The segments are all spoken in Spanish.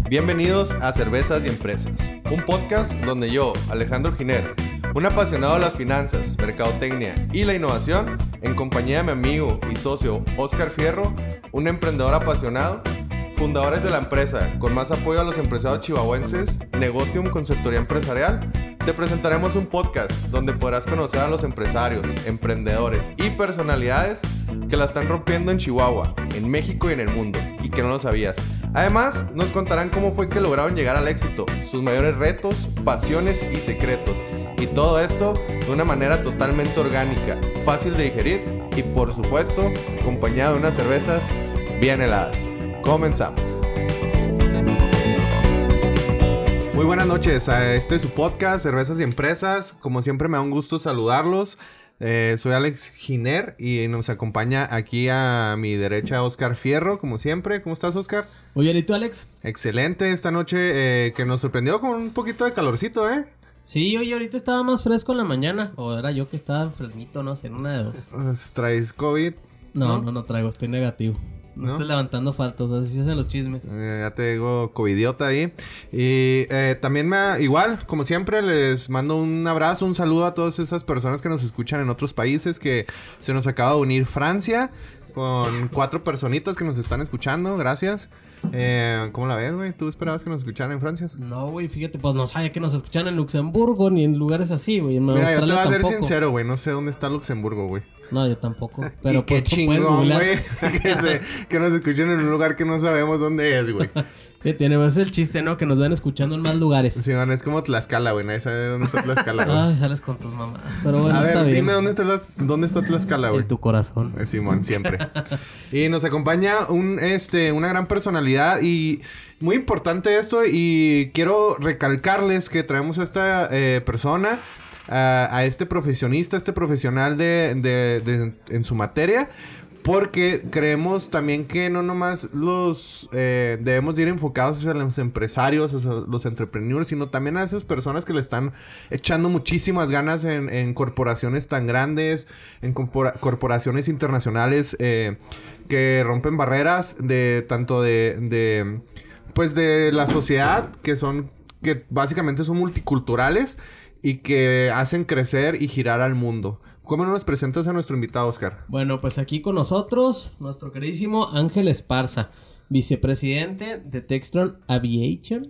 Bienvenidos a Cervezas y Empresas, un podcast donde yo, Alejandro Giner, un apasionado de las finanzas, mercadotecnia y la innovación, en compañía de mi amigo y socio Oscar Fierro, un emprendedor apasionado, fundadores de la empresa con más apoyo a los empresarios chihuahuenses, Negotium Consultoría Empresarial, te presentaremos un podcast donde podrás conocer a los empresarios, emprendedores y personalidades que la están rompiendo en Chihuahua, en México y en el mundo, y que no lo sabías. Además, nos contarán cómo fue que lograron llegar al éxito, sus mayores retos, pasiones y secretos. Y todo esto de una manera totalmente orgánica, fácil de digerir y, por supuesto, acompañado de unas cervezas bien heladas. Comenzamos. Muy buenas noches, este es su podcast, Cervezas y Empresas. Como siempre me da un gusto saludarlos. Soy Alex Giner y nos acompaña aquí a mi derecha Oscar Fierro, como siempre. ¿Cómo estás, Oscar? Muy bien, ¿y tú, Alex? Excelente esta noche que nos sorprendió con un poquito de calorcito, ¿eh? Sí, oye, ahorita estaba más fresco en la mañana. O era yo que estaba enfermito, no sé, en una de dos. ¿Traes COVID? No traigo, estoy negativo. No estoy levantando faltos, así se hacen los chismes. Ya te digo covidiota ahí. Y también igual, como siempre, les mando un abrazo, un saludo a todas esas personas que nos escuchan en otros países, que se nos acaba de unir Francia, con 4 personitas que nos están escuchando, gracias. ¿Cómo la ves, güey? ¿Tú esperabas que nos escucharan en Francia? No, güey, fíjate, pues no sabía que nos escuchan en Luxemburgo ni en lugares así, güey. Mira, yo te voy a ser sincero, güey, no sé dónde está Luxemburgo, güey. No, yo tampoco. Pero qué pues chingón, güey, que nos escuchen en un lugar que no sabemos dónde es, güey. ¿Qué tiene? Es el chiste, ¿no? Que nos van escuchando en más lugares. Sí, man, es como Tlaxcala, güey. Nadie sabe dónde está Tlaxcala, güey. Ay, sales con tus mamás. Pero bueno, a está ver, bien. Dime dónde está Tlaxcala, güey. En tu corazón. Simón, siempre. Y nos acompaña una gran personalidad y muy importante esto. Y quiero recalcarles que traemos a esta persona, a este profesionista, este profesional en su materia. Porque creemos también que no nomás debemos ir enfocados hacia los empresarios, hacia los entrepreneurs, sino también a esas personas que le están echando muchísimas ganas en corporaciones tan grandes, en corporaciones internacionales que rompen barreras tanto de la sociedad, que básicamente son multiculturales y que hacen crecer y girar al mundo. ¿Cómo no nos presentas a nuestro invitado, Oscar? Bueno, pues aquí con nosotros, nuestro queridísimo Ángel Esparza, vicepresidente de Textron Aviation.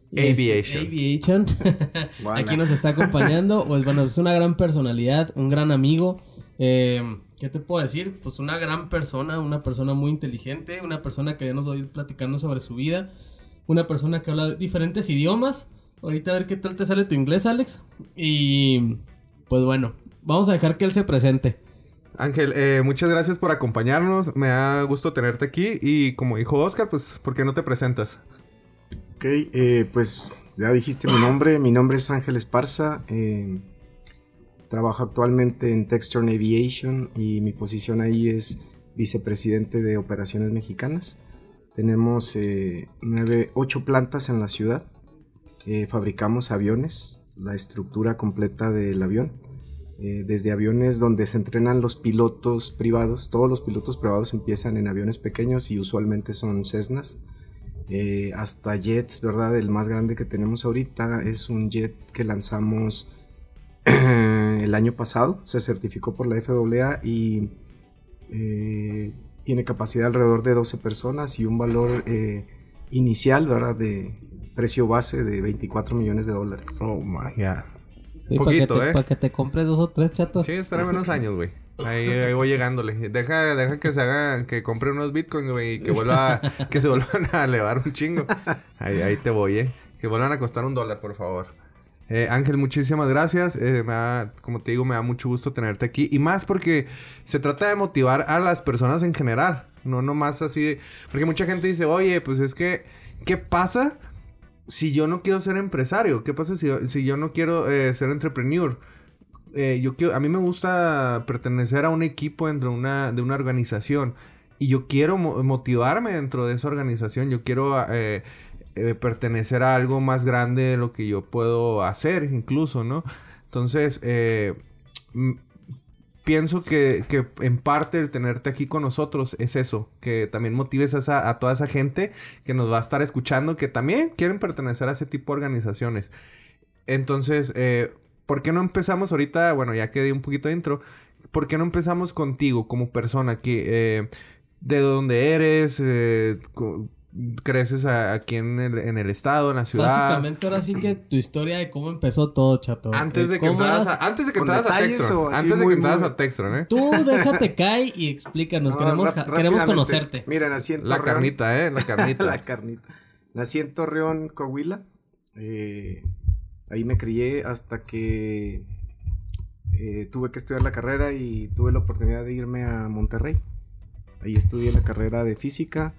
Aviation. Aquí nos está acompañando. Pues bueno, es una gran personalidad, un gran amigo. ¿Qué te puedo decir? Pues una gran persona, una persona muy inteligente, una persona que ya nos va a ir platicando sobre su vida, una persona que habla diferentes idiomas. Ahorita a ver qué tal te sale tu inglés, Alex. Y pues bueno, vamos a dejar que él se presente. Ángel, muchas gracias por acompañarnos. Me da gusto tenerte aquí. Y como dijo Oscar, pues, ¿por qué no te presentas? Ok, pues ya dijiste mi nombre. Mi nombre es Ángel Esparza. Trabajo actualmente en Textron Aviation y mi posición ahí es vicepresidente de operaciones mexicanas. Tenemos 8 plantas en la ciudad. Fabricamos aviones, la estructura completa del avión. Desde aviones donde se entrenan los pilotos privados. Todos los pilotos privados empiezan en aviones pequeños y usualmente son Cessnas, hasta jets, ¿verdad? El más grande que tenemos ahorita es un jet que lanzamos el año pasado. Se certificó por la FAA y tiene capacidad alrededor de 12 personas y un valor inicial, ¿verdad? De precio base de $24 millones. Oh my God. Sí, poquito, para que te compres 2 o 3 chatos. Sí, espérame unos años, güey. Ahí voy llegándole. Deja que compre unos bitcoins, güey, y que se vuelvan a elevar un chingo. Ahí te voy, que vuelvan a costar $1, por favor. Ángel, muchísimas gracias. Como te digo, me da mucho gusto tenerte aquí. Y más porque se trata de motivar a las personas en general. No nomás así porque mucha gente dice, oye, pues es que, ¿qué pasa si yo no quiero ser empresario? ¿Qué pasa si yo no quiero ser entrepreneur? A mí me gusta pertenecer a un equipo dentro de una organización. Y yo quiero motivarme dentro de esa organización. Yo quiero pertenecer a algo más grande de lo que yo puedo hacer, incluso, ¿no? Entonces, pienso que en parte el tenerte aquí con nosotros es eso. Que también motives a toda esa gente que nos va a estar escuchando, que también quieren pertenecer a ese tipo de organizaciones. Entonces, ¿por qué no empezamos ahorita? Bueno, ya que di un poquito de intro. ¿Por qué no empezamos contigo como persona? ¿De dónde eres? ¿Creces aquí en el estado, en la ciudad? Básicamente ahora sí que tu historia de cómo empezó todo, chato. Antes de que entraras a Textron. Antes de que entraras a Textron, ¿eh? Tú déjate caer y explícanos. Queremos conocerte. Mira, nací en Torreón. La carnita, ¿eh? La carnita. La carnita. Nací en Torreón, Coahuila. Ahí me crié hasta que tuve que estudiar la carrera y tuve la oportunidad de irme a Monterrey. Ahí estudié la carrera de física.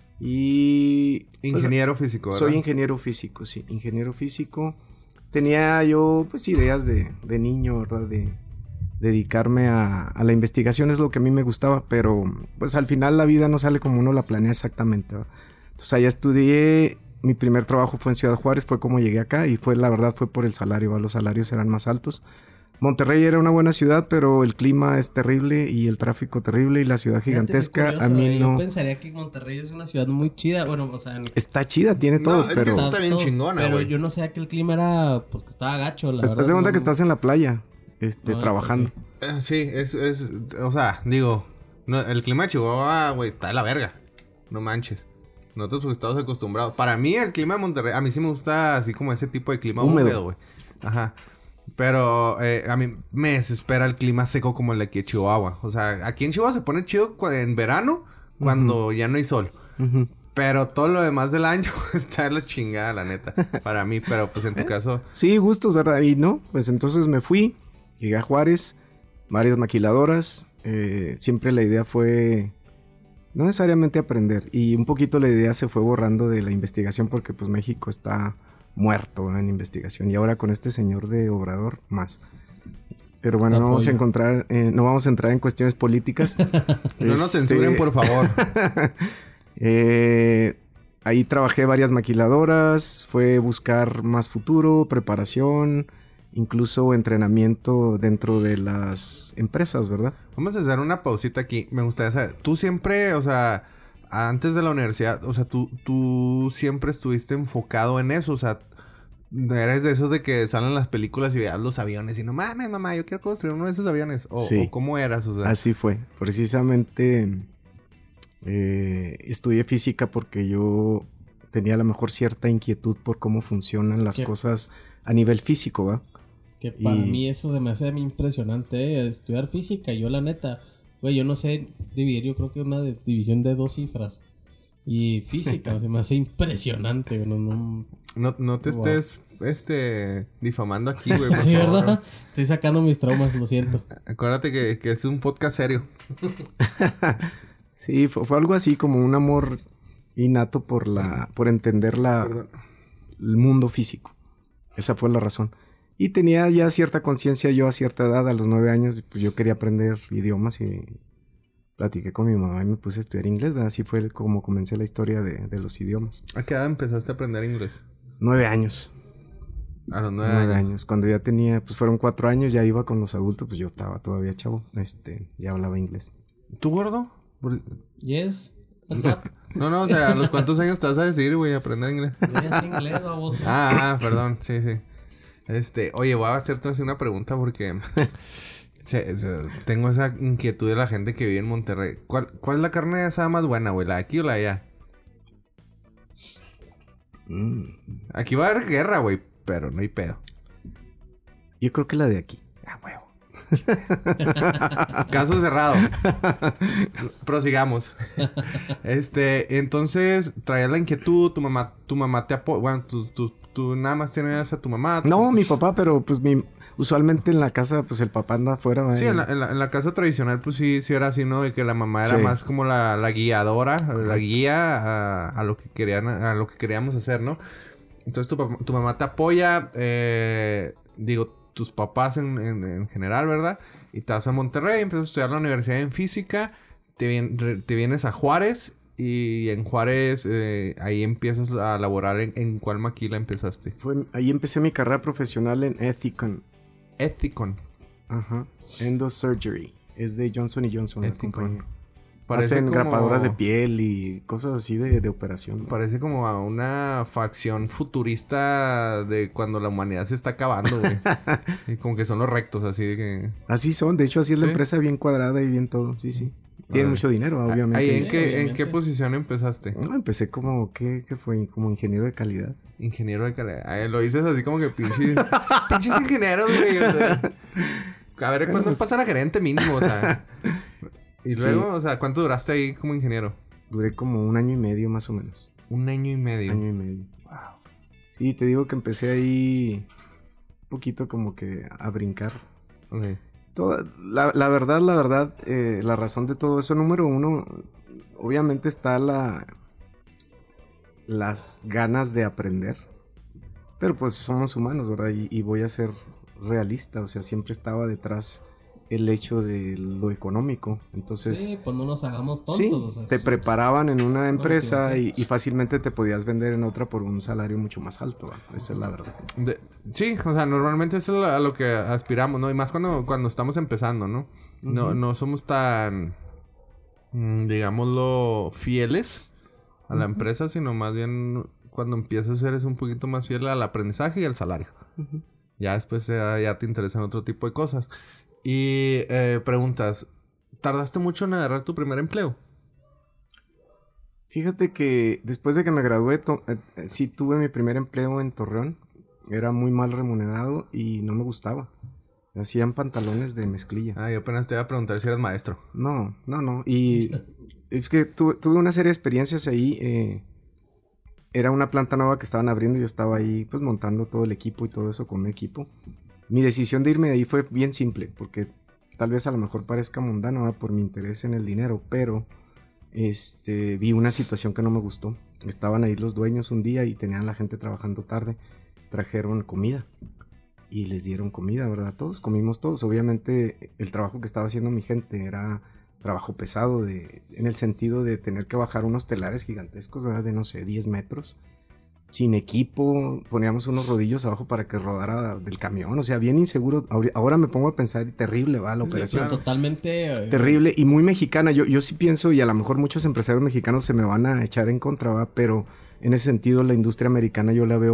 Y... Ingeniero físico, ¿verdad? Soy ingeniero físico, sí. Ingeniero físico. Tenía yo, pues, ideas de niño, ¿verdad? De dedicarme a la investigación. Es lo que a mí me gustaba. Pero, pues, al final la vida no sale como uno la planea exactamente, ¿verdad? Entonces, allá estudié. Mi primer trabajo fue en Ciudad Juárez. Fue como llegué acá. Y la verdad, fue por el salario, ¿verdad? Los salarios eran más altos. Monterrey era una buena ciudad, pero el clima es terrible y el tráfico terrible y la ciudad gigantesca. Curioso, a mí no. Yo pensaría que Monterrey es una ciudad muy chida. Bueno, o sea... Está chida, tiene todo, pero... Es que está bien chingona, pero güey. Yo no sé que el clima era... Pues que estaba gacho, la verdad. Estás de cuenta que estás en la playa, trabajando. Pues sí. O sea, digo... No, el clima de Chihuahua, güey, está de la verga. No manches. Nosotros pues estamos acostumbrados. Para mí, el clima de Monterrey... A mí sí me gusta así como ese tipo de clima húmedo, güey. Ajá. Pero a mí me desespera el clima seco como el de aquí en Chihuahua. O sea, aquí en Chihuahua se pone chido en verano cuando ya no hay sol. Pero todo lo demás del año está de la chingada, la neta. Para mí, pero pues en tu caso... Sí, gustos, ¿verdad? Y no, pues entonces me fui. Llegué a Juárez. Varias maquiladoras. Siempre la idea fue... No necesariamente aprender. Y un poquito la idea se fue borrando de la investigación porque pues México está... muerto en investigación y ahora con este señor de Obrador más. Pero bueno, no vamos a entrar en cuestiones políticas. No nos censuren, por favor. Ahí trabajé varias maquiladoras, fue buscar más futuro, preparación, incluso entrenamiento dentro de las empresas, ¿verdad? Vamos a hacer una pausita aquí. Me gustaría saber, tú siempre, o sea, antes de la universidad, o sea, tú siempre estuviste enfocado en eso, o sea, eres de esos de que salen las películas y veas los aviones y no mames, mamá, yo quiero construir uno de esos aviones. Sí. ¿O cómo eras? O sea, así fue. Precisamente estudié física porque yo tenía a lo mejor cierta inquietud por cómo funcionan las cosas a nivel físico, ¿va? Que para mí eso se me hace impresionante, estudiar física. Yo la neta, güey, yo no sé dividir, yo creo que una división de 2 cifras. Y física, se me hace impresionante, güey. No te estés difamando aquí, güey. Sí, favor, ¿verdad? Estoy sacando mis traumas, lo siento. Acuérdate que es un podcast serio. Sí, fue algo así como un amor innato por entender el mundo físico. Esa fue la razón. Y tenía ya cierta conciencia yo a cierta edad, a los 9 años, pues yo quería aprender idiomas y platiqué con mi mamá y me puse a estudiar inglés, ¿verdad? Así fue como comencé la historia de los idiomas. ¿A qué edad empezaste a aprender inglés? 9 años. A los 9 años. Cuando ya tenía, pues fueron 4 años, ya iba con los adultos, pues yo estaba todavía chavo, ya hablaba inglés. ¿Tú, gordo? Yes. What's up? No, o sea, ¿a los cuántos años te vas a decidir, güey, a aprender inglés? Yo ya sé inglés, baboso. Perdón, sí. Oye, voy a hacerte una pregunta porque tengo esa inquietud de la gente que vive en Monterrey. ¿Cuál es la carne asada más buena, güey? ¿La de aquí o la de allá? Aquí va a haber guerra, güey, pero no hay pedo. Yo creo que la de aquí. Huevo. Caso cerrado. Prosigamos. Entonces, traías la inquietud, tu mamá te apoya. Bueno, tú nada más tienes a tu mamá. No, mi papá, pero pues usualmente en la casa, pues el papá anda afuera. Sí, en la casa tradicional, pues sí era así, ¿no? De que la mamá era más como la guiadora, la guía a lo que queríamos hacer, ¿no? Entonces tu mamá te apoya, tus papás en general, ¿verdad? Y te vas a Monterrey, empiezas a estudiar la universidad en física, te vienes a Juárez y en Juárez ahí empiezas a laborar. ¿En cuál maquila empezaste? Ahí empecé mi carrera profesional en Ethicon. Ethicon. Ajá. Endosurgery. Es de Johnson & Johnson, la Ético. compañía. Parece Hacen como- grapadoras de piel y cosas así de operación. Parece como a una facción futurista de cuando la humanidad se está acabando, güey. Y como que son los rectos, así de que... Así son, de hecho así es la ¿Sí? empresa, bien cuadrada y bien todo, sí. Tienen Órale. mucho dinero, obviamente. ¿Ahí Sí, en qué obviamente. posición empezaste? No, empecé como, ¿qué fue? Como ingeniero de calidad. Ingeniero de calidad. Ay, lo dices así como que pinches ingenieros, güey. O sea, a ver, ¿cuándo pasan a gerente mínimo? O sea... Y Sí. luego, o sea, ¿cuánto duraste ahí como ingeniero? Duré como 1 año y medio más o menos. 1 año y medio. Año y medio. Wow. Sí, te digo que empecé ahí un poquito como que a brincar. Ok. La verdad, la razón de todo eso, número uno, obviamente está las ganas de aprender. Pero pues somos humanos, ¿verdad? Y voy a ser realista, o sea, siempre estaba detrás el hecho de lo económico. Entonces, Sí, pues no nos hagamos sí, tontos. O sea, te preparaban en una empresa motivación. y fácilmente te podías vender en otra por un salario mucho más alto, ¿verdad? Esa es la verdad. Sí, o sea, normalmente eso es a lo que aspiramos, ¿no? Y más cuando estamos empezando, ¿no? No somos tan, digámoslo, fieles a la empresa, sino más bien cuando empiezas eres un poquito más fiel al aprendizaje y al salario. Ya después ya te interesan otro tipo de cosas. Y preguntas, ¿tardaste mucho en agarrar tu primer empleo? Fíjate que después de que me gradué, sí tuve mi primer empleo en Torreón. Era muy mal remunerado y no me gustaba. Hacían pantalones de mezclilla. Ah, yo apenas te iba a preguntar si eres maestro. No. Y es que tuve una serie de experiencias ahí. Era una planta nueva que estaban abriendo y yo estaba ahí pues montando todo el equipo y todo eso con un equipo. Mi decisión de irme de ahí fue bien simple, porque tal vez a lo mejor parezca mundano, ¿verdad? Por mi interés en el dinero, pero vi una situación que no me gustó. Estaban ahí los dueños un día y tenían la gente trabajando tarde. Trajeron comida y les dieron comida, ¿verdad? Todos comimos todos. Obviamente el trabajo que estaba haciendo mi gente era trabajo pesado en el sentido de tener que bajar unos telares gigantescos, ¿verdad? De no sé, 10 metros. Sin equipo, poníamos unos rodillos abajo para que rodara del camión. O sea, bien inseguro. Ahora me pongo a pensar, terrible, va, la Sí, operación. pero totalmente... Terrible y muy mexicana. Yo sí pienso, y a lo mejor muchos empresarios mexicanos se me van a echar en contra, ¿va? Pero en ese sentido la industria americana yo la veo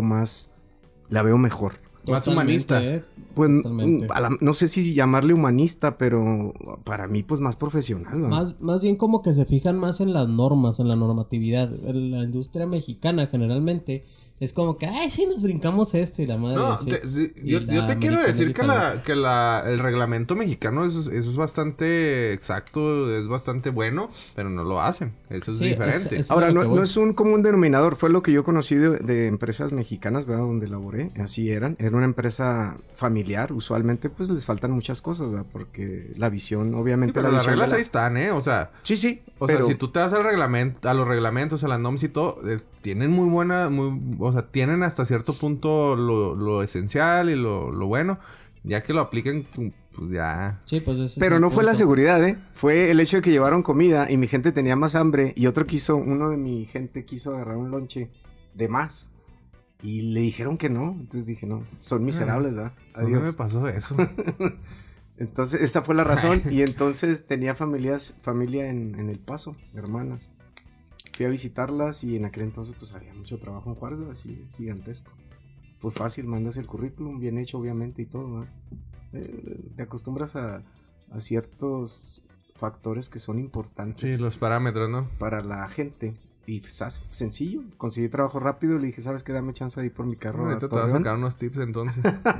mejor. Más Totalmente, humanista. Pues Totalmente. no sé si llamarle humanista, pero para mí pues más profesional, ¿va? Más bien como que se fijan más en las normas, en la normatividad. En la industria mexicana generalmente es como que, ay, sí, nos brincamos esto y la madre. No, así. yo Y te la quiero americana es decir diferente. que el reglamento mexicano eso es bastante exacto, es bastante bueno, pero no lo hacen. Eso es Sí, diferente. es Ahora, a lo no, que voy. no es un común denominador, fue lo que yo conocí de empresas mexicanas, ¿verdad? Donde laboré, así eran. Era una empresa familiar, usualmente pues les faltan muchas cosas, ¿verdad? Porque la visión, Sí, obviamente pero la las visión reglas de la- ahí están, ¿eh? O sea, Sí, o pero sea, si tú te das al reglamento, a los reglamentos, a las normas y todo, tienen muy buena, o sea, tienen hasta cierto punto lo esencial y lo bueno. Ya que lo apliquen, pues ya. Sí, pues ese es Pero el no fue la punto. seguridad, ¿eh? Fue el hecho de que llevaron comida y mi gente tenía más hambre y uno de mi gente quiso agarrar un lonche de más. Y le dijeron que no. Entonces dije, no, son miserables, ¿verdad? ¿A mí me Adiós. pasó eso? Entonces, esta fue la razón. Y entonces tenía familia en El Paso, hermanas. Fui a visitarlas y en aquel entonces pues había mucho trabajo en Juárez, así gigantesco. Fue fácil, mandas el currículum, bien hecho obviamente y todo, ¿verdad? Te acostumbras a ciertos factores que son importantes Sí, los parámetros, ¿no? para la gente. Y sencillo, conseguí trabajo rápido, le dije, ¿sabes qué? Dame chance de ir por mi carro Ahorita a te vas a Torreón. sacar unos tips entonces.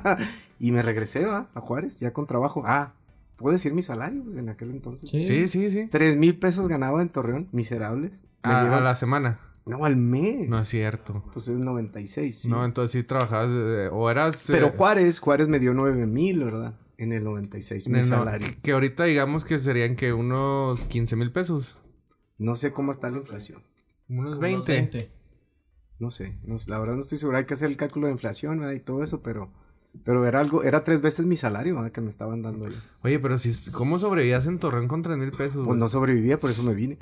Y me regresé, ¿va? A Juárez, ya con trabajo. ¿puedo decir mi salario? Pues en aquel entonces. Sí. Sí. 3,000 pesos ganaba en Torreón, miserables. Me A dieron- la semana. No, al mes. No es cierto. Pues es 96, sí. No, entonces sí trabajabas o eras... Pero Juárez me dio 9,000, ¿verdad? En el 96, mi salario. que ahorita digamos que serían que unos 15,000 pesos. No sé cómo está la inflación. Unos Unos 20. No sé, la verdad no estoy seguro. Hay que hacer el cálculo de inflación, ¿verdad? Y todo eso, pero era 3 veces mi salario, ¿verdad? Que me estaban dando ahí. Oye, pero si... ¿Cómo sobrevivías en Torreón con 3,000 pesos? Pues güey? no sobrevivía, por eso me vine.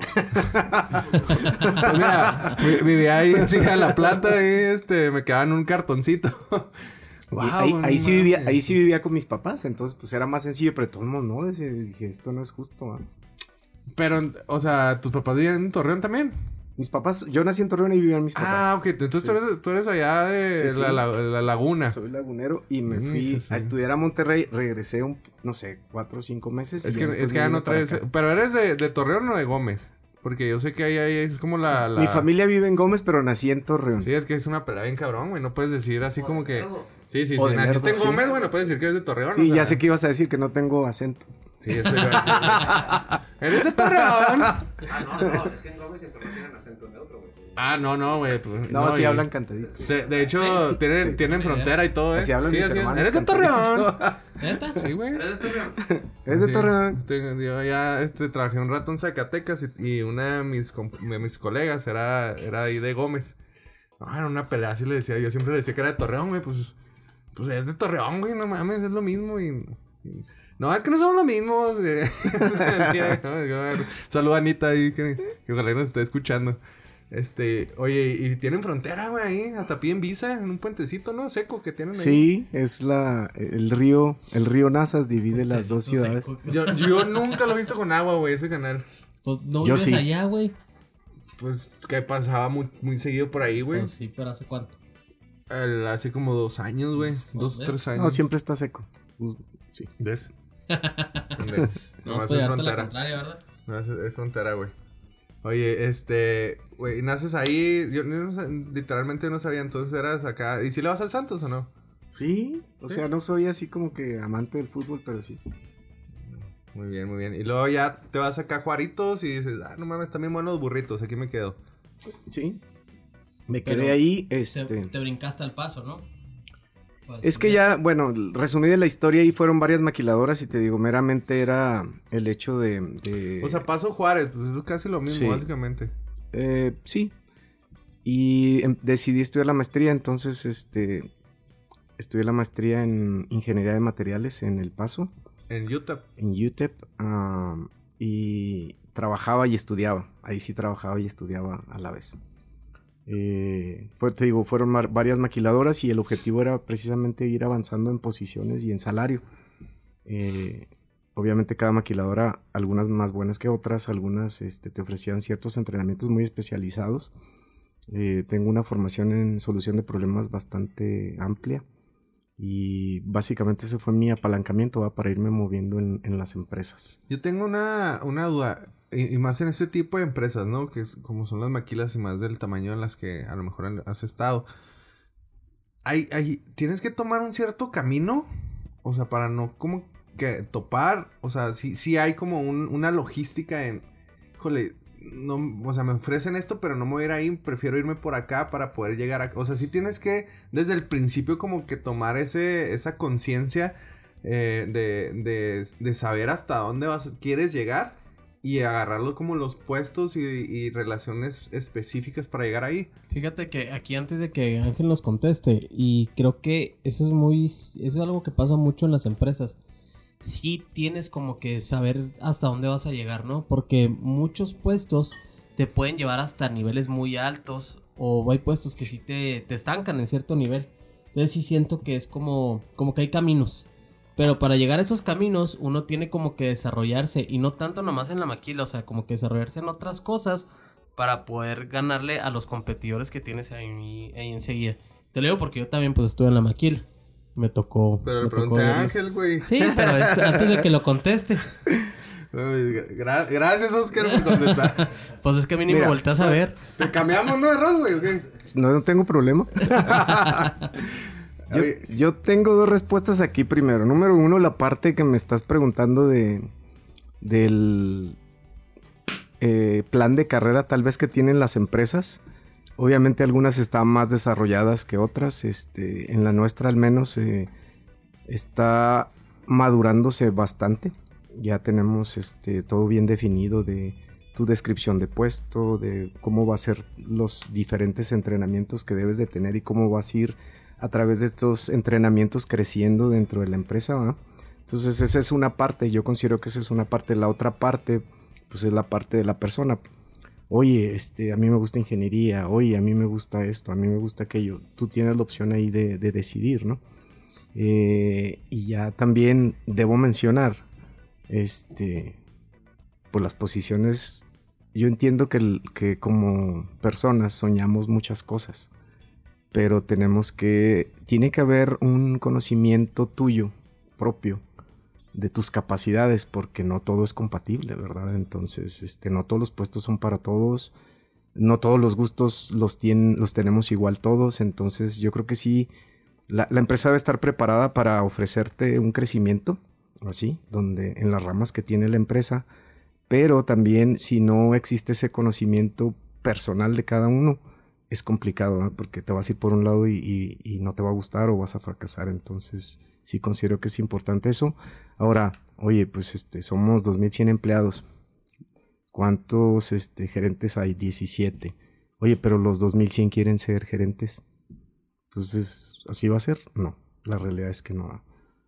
Pues mira, vivía ahí en Sija de la Plata y me quedaba en un cartoncito. Ahí sí vivía con mis papás, entonces pues era más sencillo, pero de todos modos no, dije, esto no es justo. Pero, o sea, ¿tus papás vivían en Torreón también? Mis papás, yo nací en Torreón y vivían mis papás. Ah, ok, entonces tú eres allá de la laguna. Soy lagunero y me fui a estudiar a Monterrey, regresé 4 o 5 meses. Es que ya no traes... Pero ¿eres de Torreón o de Gómez? Porque yo sé que ahí es como la... Mi familia vive en Gómez, pero nací en Torreón. Sí, es que es una pelea bien cabrón, güey. No puedes decir así como que... Sí, si O naciste Lerdo, en Gómez, güey, no puedes decir que eres de Torreón. Sí, o sea... ya sé que ibas a decir que no tengo acento. Sí, eso iba ¿Eres de Torreón? No, es que en Gómez y en Torreón tienen acento neutro, güey. No, güey. Pues, no, sí hablan cantadito. De hecho, tienen frontera y todo, ¿eh? Así hablan mis hermanos. ¿Eres de Torreón? ¿Neta? Sí, güey. ¿Eres de Torreón? ¿Eres de Torreón? Yo ya trabajé un rato en Zacatecas y una de mis colegas era ahí de Gómez. No, era una pelea, así le decía. Yo siempre le decía que era de Torreón, güey. Pues es de Torreón, güey. No mames, es lo mismo. No, es que no somos lo mismo. Saluda a Anita ahí, que ojalá nos esté escuchando. Oye, y tienen frontera, güey, ahí, hasta piden visa en un puentecito, ¿no? Seco que tienen ahí. Sí, es el río Nazas divide las dos ciudades. Yo nunca lo he visto con agua, güey, ese canal. Pues no Yo vives sí. allá, güey. Pues que pasaba muy, muy seguido por ahí, güey. Pues sí, pero ¿hace cuánto? Hace como 2 años, güey. 2, 3 años. No, siempre está seco. Sí. ¿Ves? No, es pues llevarte la frontera. contraria, ¿verdad? No, es frontera, güey. Oye, güey, naces ahí. Yo literalmente no sabía, entonces eras acá. ¿Y si le vas al Santos o no? Sí, o sea, no soy así como que amante del fútbol, pero sí. Muy bien, muy bien. Y luego ya te vas acá a Juaritos y dices, no mames, también buenos burritos, aquí me quedo. Sí. Me Pero quedé ahí, Te brincaste al paso, ¿no? Es que ya, bueno, resumí de la historia y fueron varias maquiladoras y te digo, meramente era el hecho de... O sea, Paso Juárez, pues es casi lo mismo, Sí. básicamente. Sí. Y decidí estudiar la maestría, entonces, estudié la maestría en Ingeniería de Materiales en El Paso. En Utah. En UTEP. Y trabajaba y estudiaba. Ahí sí trabajaba y estudiaba a la vez. Te digo, fueron varias maquiladoras y el objetivo era precisamente ir avanzando en posiciones y en salario. Obviamente cada maquiladora, algunas más buenas que otras, algunas te ofrecían ciertos entrenamientos muy especializados. Tengo una formación en solución de problemas bastante amplia y básicamente ese fue mi apalancamiento para irme moviendo en las empresas. Yo tengo una duda. Y más en este tipo de empresas, ¿no? Que es como son las maquilas y más del tamaño en las que a lo mejor has estado. ¿Tienes que tomar un cierto camino? O sea, para no como que topar. O sea, sí hay como una logística en... Híjole, no, o sea, me ofrecen esto, pero no me voy a ir ahí. Prefiero irme por acá para poder llegar a... O sea, sí tienes que desde el principio como que tomar esa conciencia de saber hasta dónde quieres llegar. Y agarrarlo como los puestos y relaciones específicas para llegar ahí. Fíjate que aquí antes de que Ángel nos conteste, y creo que eso es algo que pasa mucho en las empresas. Sí tienes como que saber hasta dónde vas a llegar, ¿no? Porque muchos puestos te pueden llevar hasta niveles muy altos, o hay puestos que sí te estancan en cierto nivel. Entonces sí siento que es como que hay caminos. Pero para llegar a esos caminos uno tiene como que desarrollarse, y no tanto nomás en la maquila, o sea, como que desarrollarse en otras cosas para poder ganarle a los competidores que tienes ahí enseguida. Te lo digo porque yo también pues estuve en la maquila. Me tocó... Pero le pregunté a Ángel, güey. Sí, pero antes de que lo conteste. Gracias, Oscar, por contestar. Pues es que a mí ni me volteas a ver. Te cambiamos, ¿no? De rol, güey, ¿o qué? No tengo problema. Yo tengo 2 respuestas aquí primero. Número 1, la parte que me estás preguntando del plan de carrera tal vez que tienen las empresas. Obviamente algunas están más desarrolladas que otras. En la nuestra al menos está madurándose bastante. Ya tenemos todo bien definido de tu descripción de puesto, de cómo va a ser los diferentes entrenamientos que debes de tener y cómo vas a ir a través de estos entrenamientos creciendo dentro de la empresa, ¿no? Entonces esa es una parte, yo considero que esa es una parte. La otra parte, pues es la parte de la persona. Oye, a mí me gusta ingeniería, oye, a mí me gusta esto, a mí me gusta aquello. Tú tienes la opción ahí de decidir, ¿no? Y ya también debo mencionar, por las posiciones, yo entiendo que como personas soñamos muchas cosas, pero tiene que haber un conocimiento tuyo, propio, de tus capacidades, porque no todo es compatible, ¿verdad? Entonces, no todos los puestos son para todos, no todos los gustos los tenemos igual todos, entonces yo creo que sí, la empresa debe estar preparada para ofrecerte un crecimiento, así, donde en las ramas que tiene la empresa, pero también si no existe ese conocimiento personal de cada uno, es complicado, ¿no? Porque te vas a ir por un lado y no te va a gustar o vas a fracasar. Entonces sí considero que es importante eso. Ahora, oye, pues somos 2100 empleados. ¿Cuántos gerentes hay? 17. Oye, pero los 2100 quieren ser gerentes. Entonces, ¿así va a ser? No, la realidad es que no.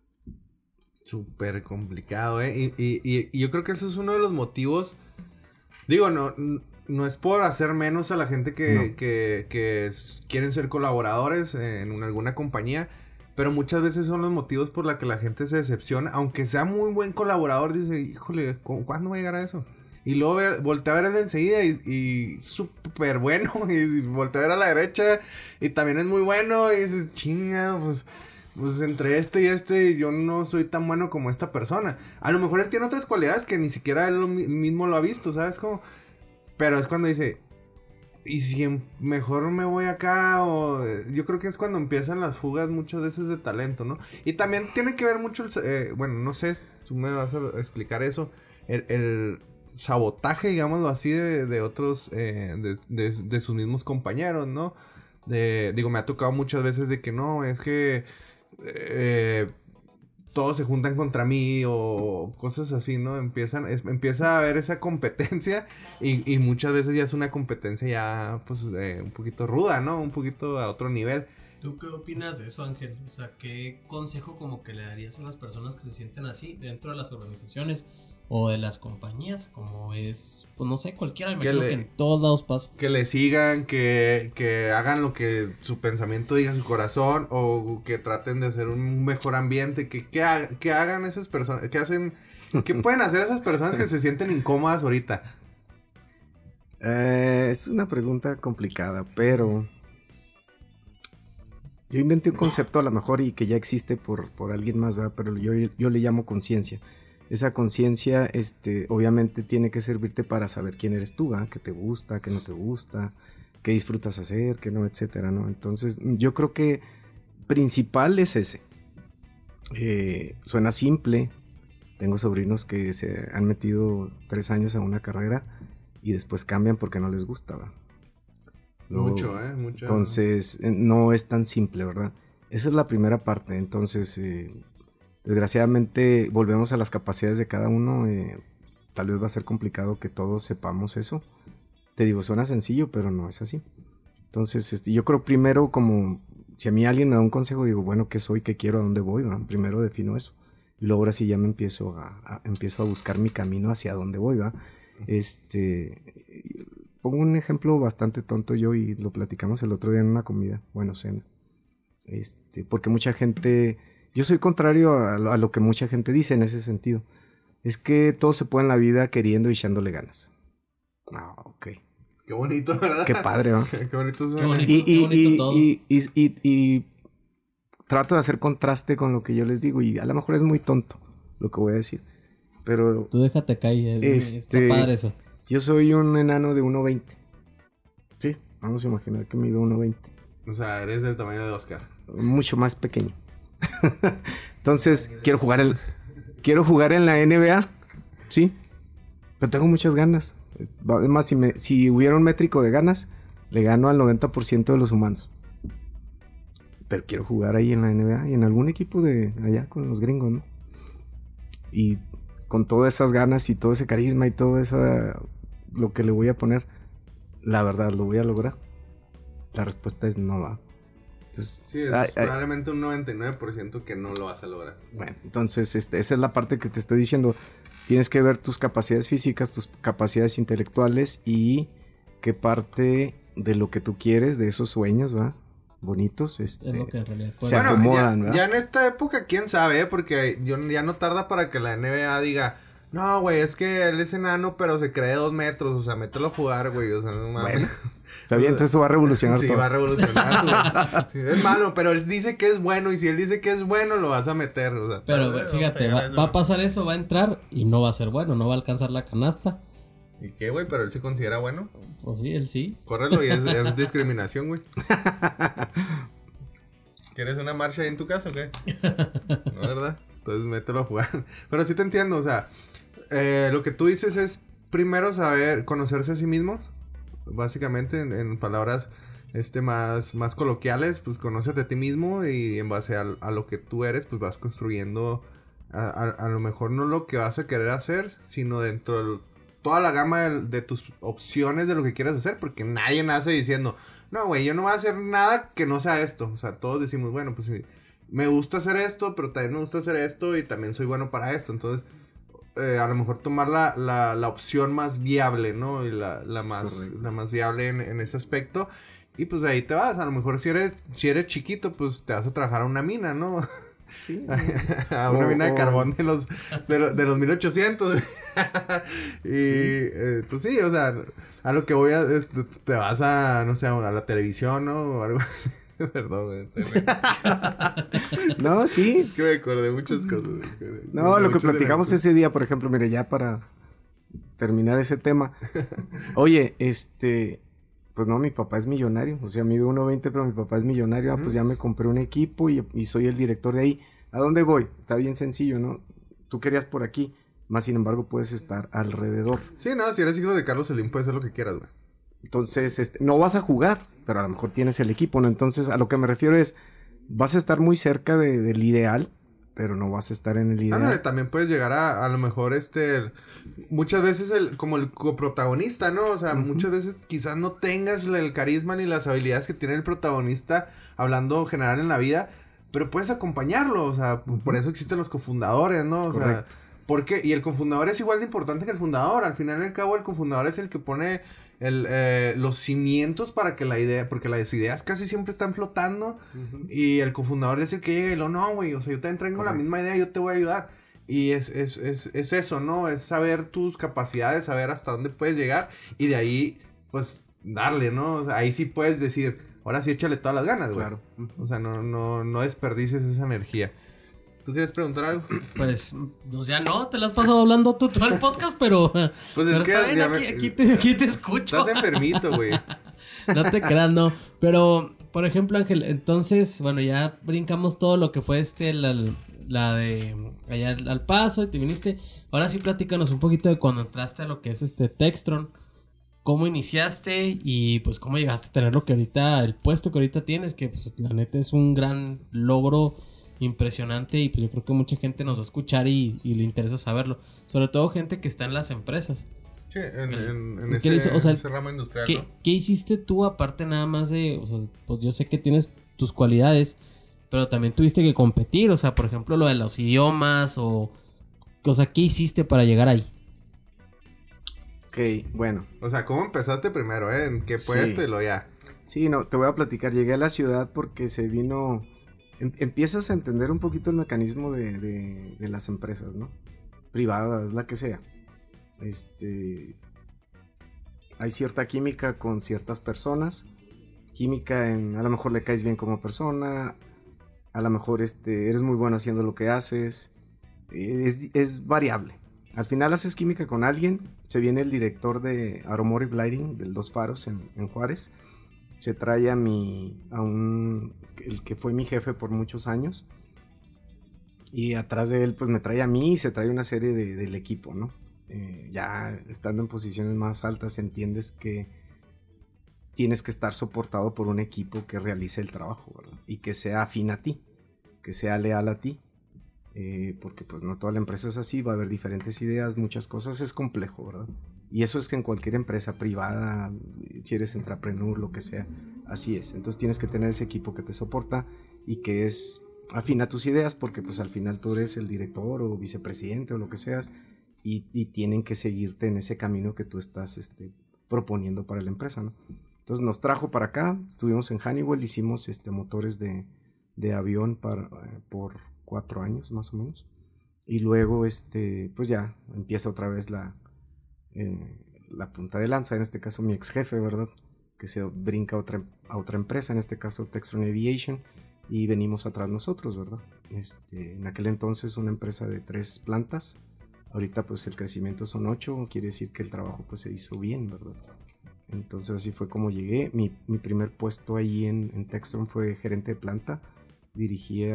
Súper complicado, ¿eh? Y yo creo que eso es uno de los motivos. Digo, no es por hacer menos a la gente que quieren ser colaboradores en alguna compañía, pero muchas veces son los motivos por los que la gente se decepciona. Aunque sea muy buen colaborador, dice, híjole, ¿cuándo va a llegar a eso? Y luego voltea a ver él enseguida y súper bueno. Y voltea a ver a la derecha y también es muy bueno. Y dices, chinga, pues entre yo no soy tan bueno como esta persona. A lo mejor él tiene otras cualidades que ni siquiera él mismo lo ha visto, ¿sabes? Pero es cuando dice, ¿y si mejor me voy acá? O yo creo que es cuando empiezan las fugas muchas veces de talento, ¿no? Y también tiene que ver mucho bueno, no sé, tú me vas a explicar eso. El sabotaje, digámoslo así, de otros, de sus mismos compañeros, ¿no? Digo, me ha tocado muchas veces de que no, es que todos se juntan contra mí o cosas así, ¿no? Empieza a haber esa competencia y muchas veces ya es una competencia ya, pues, un poquito ruda, ¿no? Un poquito a otro nivel. ¿Tú qué opinas de eso, Ángel? O sea, ¿qué consejo como que le darías a las personas que se sienten así dentro de las organizaciones o de las compañías? Como es, pues no sé, cualquiera, me imagino que en todos lados pasa. Que le sigan, que hagan lo que su pensamiento diga en su corazón, o que traten de hacer un mejor ambiente, que hagan esas personas, ¿qué pueden hacer esas personas que se sienten incómodas ahorita? Es una pregunta complicada, pero yo inventé un concepto a lo mejor y que ya existe por alguien más, ¿verdad? Pero yo le llamo conciencia. Esa conciencia, obviamente tiene que servirte para saber quién eres tú, ¿verdad? Qué te gusta, qué no te gusta, qué disfrutas hacer, qué no, etcétera, ¿no? Entonces, yo creo que principal es ese. Suena simple. Tengo sobrinos que se han metido 3 años a una carrera y después cambian porque no les gusta, ¿verdad? Mucho. Entonces, no es tan simple, ¿verdad? Esa es la primera parte. Entonces, desgraciadamente, volvemos a las capacidades de cada uno. Tal vez va a ser complicado que todos sepamos eso. Te digo, suena sencillo, pero no es así. Entonces, yo creo primero, como si a mí alguien me da un consejo, digo, bueno, ¿qué soy? ¿Qué quiero? ¿A dónde voy? ¿Va? Primero defino eso. Y luego ahora sí ya me empiezo a buscar mi camino hacia dónde voy, ¿va? Pongo un ejemplo bastante tonto yo y lo platicamos el otro día en una comida, bueno, cena. Porque mucha gente, yo soy contrario a lo que mucha gente dice en ese sentido. Es que todo se puede en la vida queriendo y echándole ganas. Ah, ok. Qué bonito, ¿verdad? Qué padre, ¿no? Qué bonito suena. Qué bonito todo. Y trato de hacer contraste con lo que yo les digo y a lo mejor es muy tonto lo que voy a decir, pero tú déjate caer, está padre eso. Yo soy un enano de 1.20. Sí, vamos a imaginar que mido 1.20. O sea, eres del tamaño de Oscar. Mucho más pequeño. Entonces, quiero jugar en la NBA, sí, pero tengo muchas ganas. Además, si hubiera un métrico de ganas, le gano al 90% de los humanos. Pero quiero jugar ahí en la NBA y en algún equipo de allá con los gringos, ¿no? Y con todas esas ganas y todo ese carisma y todo lo que le voy a poner, la verdad, ¿lo voy a lograr? La respuesta es no, va. Entonces, sí, es probablemente un 99% que no lo vas a lograr. Bueno, entonces esa es la parte que te estoy diciendo. Tienes que ver tus capacidades físicas, tus capacidades intelectuales y qué parte de lo que tú quieres, de esos sueños, ¿va? bonitos, Es lo que en realidad se puede. acomodan, ya, ¿verdad? ya en esta época, quién sabe, porque ya no tarda para que la NBA diga, no, güey, es que él es enano, pero se cree 2 metros, o sea, mételo a jugar, güey, o sea, no mames. Bueno, está bien, entonces eso va a revolucionar Sí, todo. va a revolucionar, güey. Es malo, pero él dice que es bueno, y si él dice que es bueno, lo vas a meter, o sea. Pero güey, fíjate, va a pasar eso, va a entrar y no va a ser bueno, no va a alcanzar la canasta. ¿Y qué, güey? Pero él se considera bueno. Pues sí, él sí. Córrelo y es discriminación, güey. ¿Quieres una marcha ahí en tu casa o qué? No, ¿verdad? Entonces mételo a jugar. Pero sí te entiendo, o sea, lo que tú dices es primero saber conocerse a sí mismos. Básicamente, en palabras más coloquiales, pues conócete a ti mismo y en base a lo que tú eres, pues vas construyendo a lo mejor no lo que vas a querer hacer, sino dentro de toda la gama de tus opciones de lo que quieras hacer, porque nadie nace diciendo, no, güey, yo no voy a hacer nada que no sea esto. O sea, todos decimos, bueno, pues sí, me gusta hacer esto, pero también me gusta hacer esto y también soy bueno para esto. Entonces, a lo mejor tomar la opción más viable, ¿no? Y la más viable en ese aspecto. Y pues ahí te vas. A lo mejor si eres chiquito, pues te vas a trabajar a una mina, ¿no? Sí. A una mina de carbón de los 1800. Y pues sí, o sea, a lo que voy te vas a, no sé, a la televisión, ¿no? O algo así. Perdón, güey. No, sí. Es que me acordé de muchas cosas. No, lo que platicamos ese día, por ejemplo, mire, ya para terminar ese tema. Oye, pues no, mi papá es millonario. O sea, mido 1.20, pero mi papá es millonario. Ah, pues ya me compré un equipo y soy el director de ahí. ¿A dónde voy? Está bien sencillo, ¿no? Tú querías por aquí, más sin embargo puedes estar alrededor. Sí, no, si eres hijo de Carlos Slim puedes hacer lo que quieras, güey. Entonces, no vas a jugar, pero a lo mejor tienes el equipo, ¿no? Entonces, a lo que me refiero es, vas a estar muy cerca del ideal, pero no vas a estar en el ideal. Ándale, también puedes llegar a lo mejor muchas veces como el coprotagonista, ¿no? O sea, muchas veces quizás no tengas el carisma ni las habilidades que tiene el protagonista hablando general en la vida, pero puedes acompañarlo, o sea, por eso existen los cofundadores, ¿no? O Correcto. sea, porque y el cofundador es igual de importante que el fundador, al final y al cabo el cofundador es el que pone los cimientos para que porque las ideas casi siempre están flotando y el cofundador es el que llega y no, güey, o sea, yo también traigo la misma idea, yo te voy a ayudar. Y es eso, ¿no? Es saber tus capacidades, saber hasta dónde puedes llegar y de ahí, pues, darle, ¿no? O sea, ahí sí puedes decir, ahora sí échale todas las ganas, güey. Claro. O sea, no desperdicies esa energía. ¿Tú quieres preguntar algo? Pues ya no, te la has pasado hablando tú todo el podcast, pero... Pues pero es que está bien, ya aquí te escucho. Estás enfermito, güey. No te creas, no. Pero, por ejemplo, Ángel, entonces, bueno, ya brincamos todo lo que fue la de allá al Paso y te viniste. Ahora sí platícanos un poquito de cuando entraste a lo que es Textron. ¿Cómo iniciaste y pues cómo llegaste a tener el puesto que ahorita tienes? Que pues la neta es un gran logro impresionante y pues yo creo que mucha gente nos va a escuchar y le interesa saberlo. Sobre todo gente que está en las empresas. Sí, en ¿Qué le hizo? O sea, ese ramo industrial, ¿no? ¿Qué hiciste tú aparte nada más de, o sea, pues yo sé que tienes tus cualidades, pero también tuviste que competir, o sea, por ejemplo, lo de los idiomas o sea, ¿qué hiciste para llegar ahí? Ok, bueno. O sea, ¿cómo empezaste primero, ¿En qué puesto y lo ya? Sí, no, te voy a platicar. Llegué a la ciudad porque se vino... Empiezas a entender un poquito el mecanismo de las empresas, ¿no? Privadas, la que sea. Hay cierta química con ciertas personas. Química a lo mejor le caes bien como persona. A lo mejor eres muy bueno haciendo lo que haces. Es variable. Al final haces química con alguien. Se viene el director de Automotive Lighting, de Los Faros en Juárez. Se trae el que fue mi jefe por muchos años. Y atrás de él, pues me trae a mí y se trae una serie del equipo, ¿no? Ya estando en posiciones más altas, entiendes que tienes que estar soportado por un equipo que realice el trabajo, ¿verdad? Y que sea afín a ti, que sea leal a ti. Porque pues no toda la empresa es así, va a haber diferentes ideas, muchas cosas, es complejo, ¿verdad? Y eso es que en cualquier empresa privada, si eres intrapreneur, lo que sea, así es. Entonces tienes que tener ese equipo que te soporta y que es afín a tus ideas, porque pues al final tú eres el director o vicepresidente o lo que seas y tienen que seguirte en ese camino que tú estás proponiendo para la empresa, ¿no? Entonces nos trajo para acá, estuvimos en Honeywell, hicimos motores de avión por 4 años más o menos. Y luego pues ya empieza otra vez la punta de lanza, en este caso mi ex jefe, ¿verdad? Que se brinca a otra empresa, en este caso Textron Aviation, y venimos atrás nosotros, ¿verdad? En aquel entonces una empresa de 3 plantas, ahorita pues el crecimiento son 8, quiere decir que el trabajo pues se hizo bien, ¿verdad? Entonces así fue como llegué. Mi primer puesto ahí en Textron fue gerente de planta. Dirigí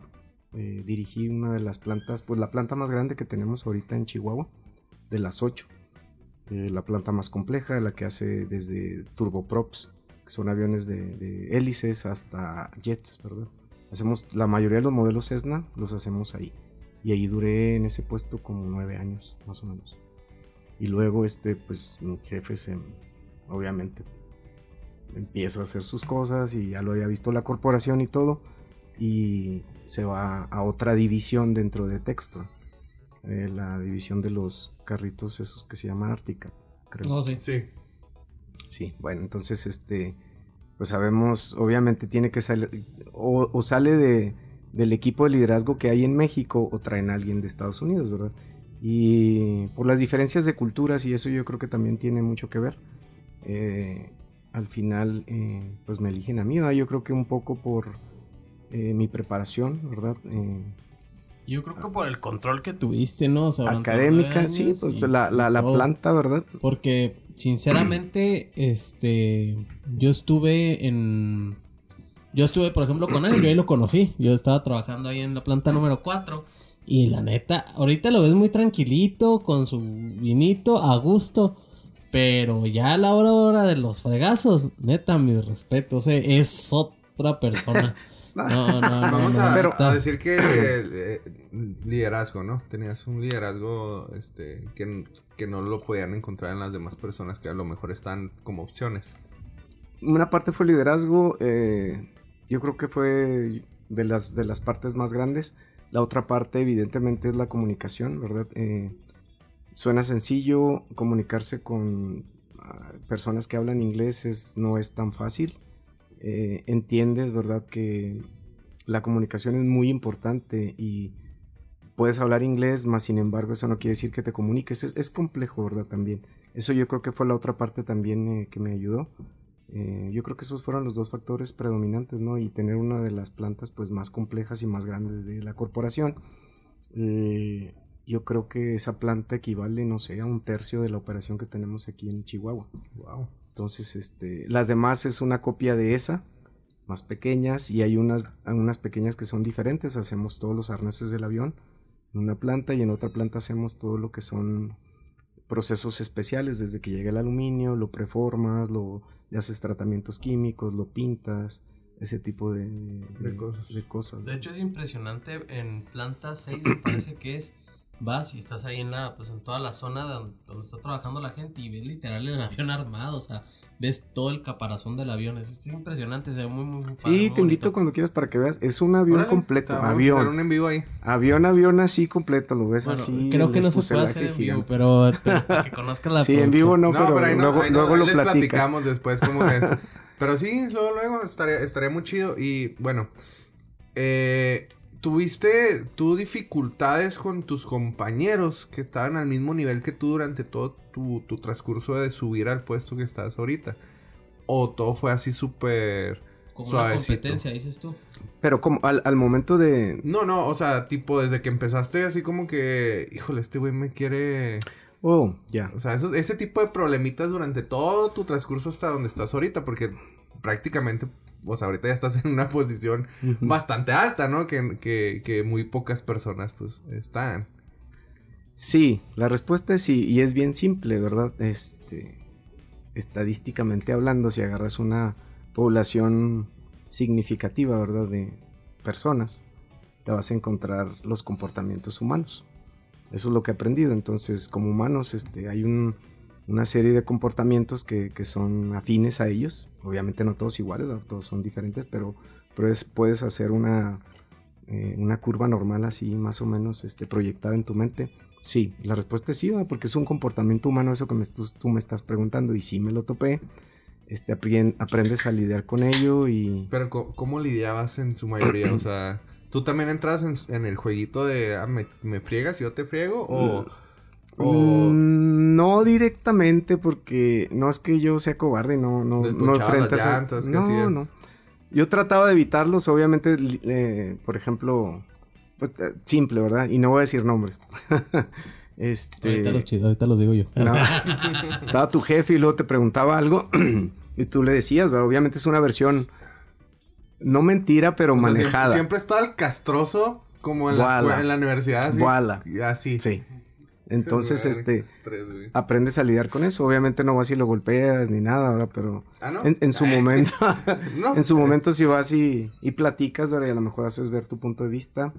una de las plantas, pues la planta más grande que tenemos ahorita en Chihuahua, de las 8. La planta más compleja, la que hace desde turboprops, que son aviones de hélices, hasta jets, ¿verdad? Hacemos la mayoría de los modelos Cessna, los hacemos ahí. Y ahí duré en ese puesto como 9 años, más o menos. Y luego pues mi jefe obviamente empieza a hacer sus cosas y ya lo había visto la corporación y todo, y se va a otra división dentro de Textron, la división de los carritos esos que se llaman Artica, creo. Oh, sí. Sí, bueno, entonces pues sabemos, obviamente tiene que salir o sale del equipo de liderazgo que hay en México, o traen a alguien de Estados Unidos, ¿verdad? Y por las diferencias de culturas y eso yo creo que también tiene mucho que ver. Al final pues me eligen a mí, ¿verdad? Yo creo que un poco por mi preparación, ¿verdad? Yo creo que por el control que tuviste, ¿no? O sea, académica, sí, pues la planta, ¿verdad? Porque sinceramente yo estuve, por ejemplo, con él, yo ahí lo conocí. Yo estaba trabajando ahí en la planta número 4. Y la neta, ahorita lo ves muy tranquilito, con su vinito, a gusto. Pero ya a la hora de los fregazos, neta, mis respetos, es otra persona. Vamos a decir que liderazgo, ¿no? Tenías un liderazgo que no lo podían encontrar en las demás personas que a lo mejor están como opciones. Una parte fue liderazgo, yo creo que fue de las partes más grandes. La otra parte evidentemente es la comunicación, ¿verdad? Suena sencillo, comunicarse con personas que hablan inglés no es tan fácil. Entiendes, ¿verdad? Que la comunicación es muy importante y puedes hablar inglés, mas sin embargo eso no quiere decir que te comuniques. Es complejo, ¿verdad? También. Eso yo creo que fue la otra parte también que me ayudó. Yo creo que esos fueron los 2 factores predominantes, ¿no? Y tener una de las plantas pues más complejas y más grandes de la corporación. Yo creo que esa planta equivale, no sé, a 1/3 de la operación que tenemos aquí en Chihuahua. Wow. Entonces, las demás es una copia de esa, más pequeñas, y hay unas pequeñas que son diferentes. Hacemos todos los arneses del avión en una planta, y en otra planta hacemos todo lo que son procesos especiales, desde que llega el aluminio, lo preformas, le haces tratamientos químicos, lo pintas, ese tipo de cosas. De hecho es impresionante, en planta 6 me parece que vas y estás ahí en toda la zona donde está trabajando la gente y ves literal el avión armado, o sea, ves todo el caparazón del avión, es impresionante, se ve muy, muy padre. Sí, muy te invito cuando quieras para que veas, es un avión completo, vamos a hacer un en vivo ahí. Avión así completo, lo ves así. Creo que no se puede hacer en vivo, pero para que conozcas la sí, en vivo no, pero ahí luego lo les platicas. Platicamos después cómo es. Pero sí, luego estaría muy chido. Y bueno, ¿tuviste tú dificultades con tus compañeros que estaban al mismo nivel que tú durante todo tu transcurso de subir al puesto que estás ahorita? ¿O todo fue así súper como una competencia, dices tú? Pero como al momento de... No, o sea, tipo desde que empezaste así como que... Híjole, este güey me quiere... Oh, ya. O sea, ese tipo de problemitas durante todo tu transcurso hasta donde estás ahorita, porque prácticamente, o sea, ahorita ya estás en una posición bastante alta, ¿no? Que muy pocas personas, pues, están. Sí, la respuesta es sí, y es bien simple, ¿verdad? Estadísticamente hablando, si agarras una población significativa, ¿verdad? De personas, te vas a encontrar los comportamientos humanos. Eso es lo que he aprendido. Entonces, como humanos, hay una serie de comportamientos que son afines a ellos. Obviamente no todos iguales, ¿no? Todos son diferentes, pero puedes hacer una curva normal así, más o menos, proyectada en tu mente. Sí, la respuesta es sí, ¿verdad? Porque es un comportamiento humano eso que tú me estás preguntando, y sí me lo topé. aprendes a lidiar con ello y... Pero, ¿cómo lidiabas en su mayoría? O sea, ¿tú también entras en el jueguito de me friegas y yo te friego? ¿O...? No directamente, porque no es que yo sea cobarde, no enfrentas las llantas, no. Yo trataba de evitarlos, obviamente, por ejemplo, pues, simple, ¿verdad? Y no voy a decir nombres. Ahorita los digo yo. No. Estaba tu jefe y luego te preguntaba algo y tú le decías, ¿verdad? Obviamente es una versión, no mentira, pero manejada. Siempre está el castroso, como en la universidad. Así. Así. Sí. Entonces, aprendes a lidiar con eso. Obviamente no vas y lo golpeas ni nada, ¿verdad? Pero ¿no? en su momento, no. En su momento sí vas y platicas, ¿verdad? Y a lo mejor haces ver tu punto de vista.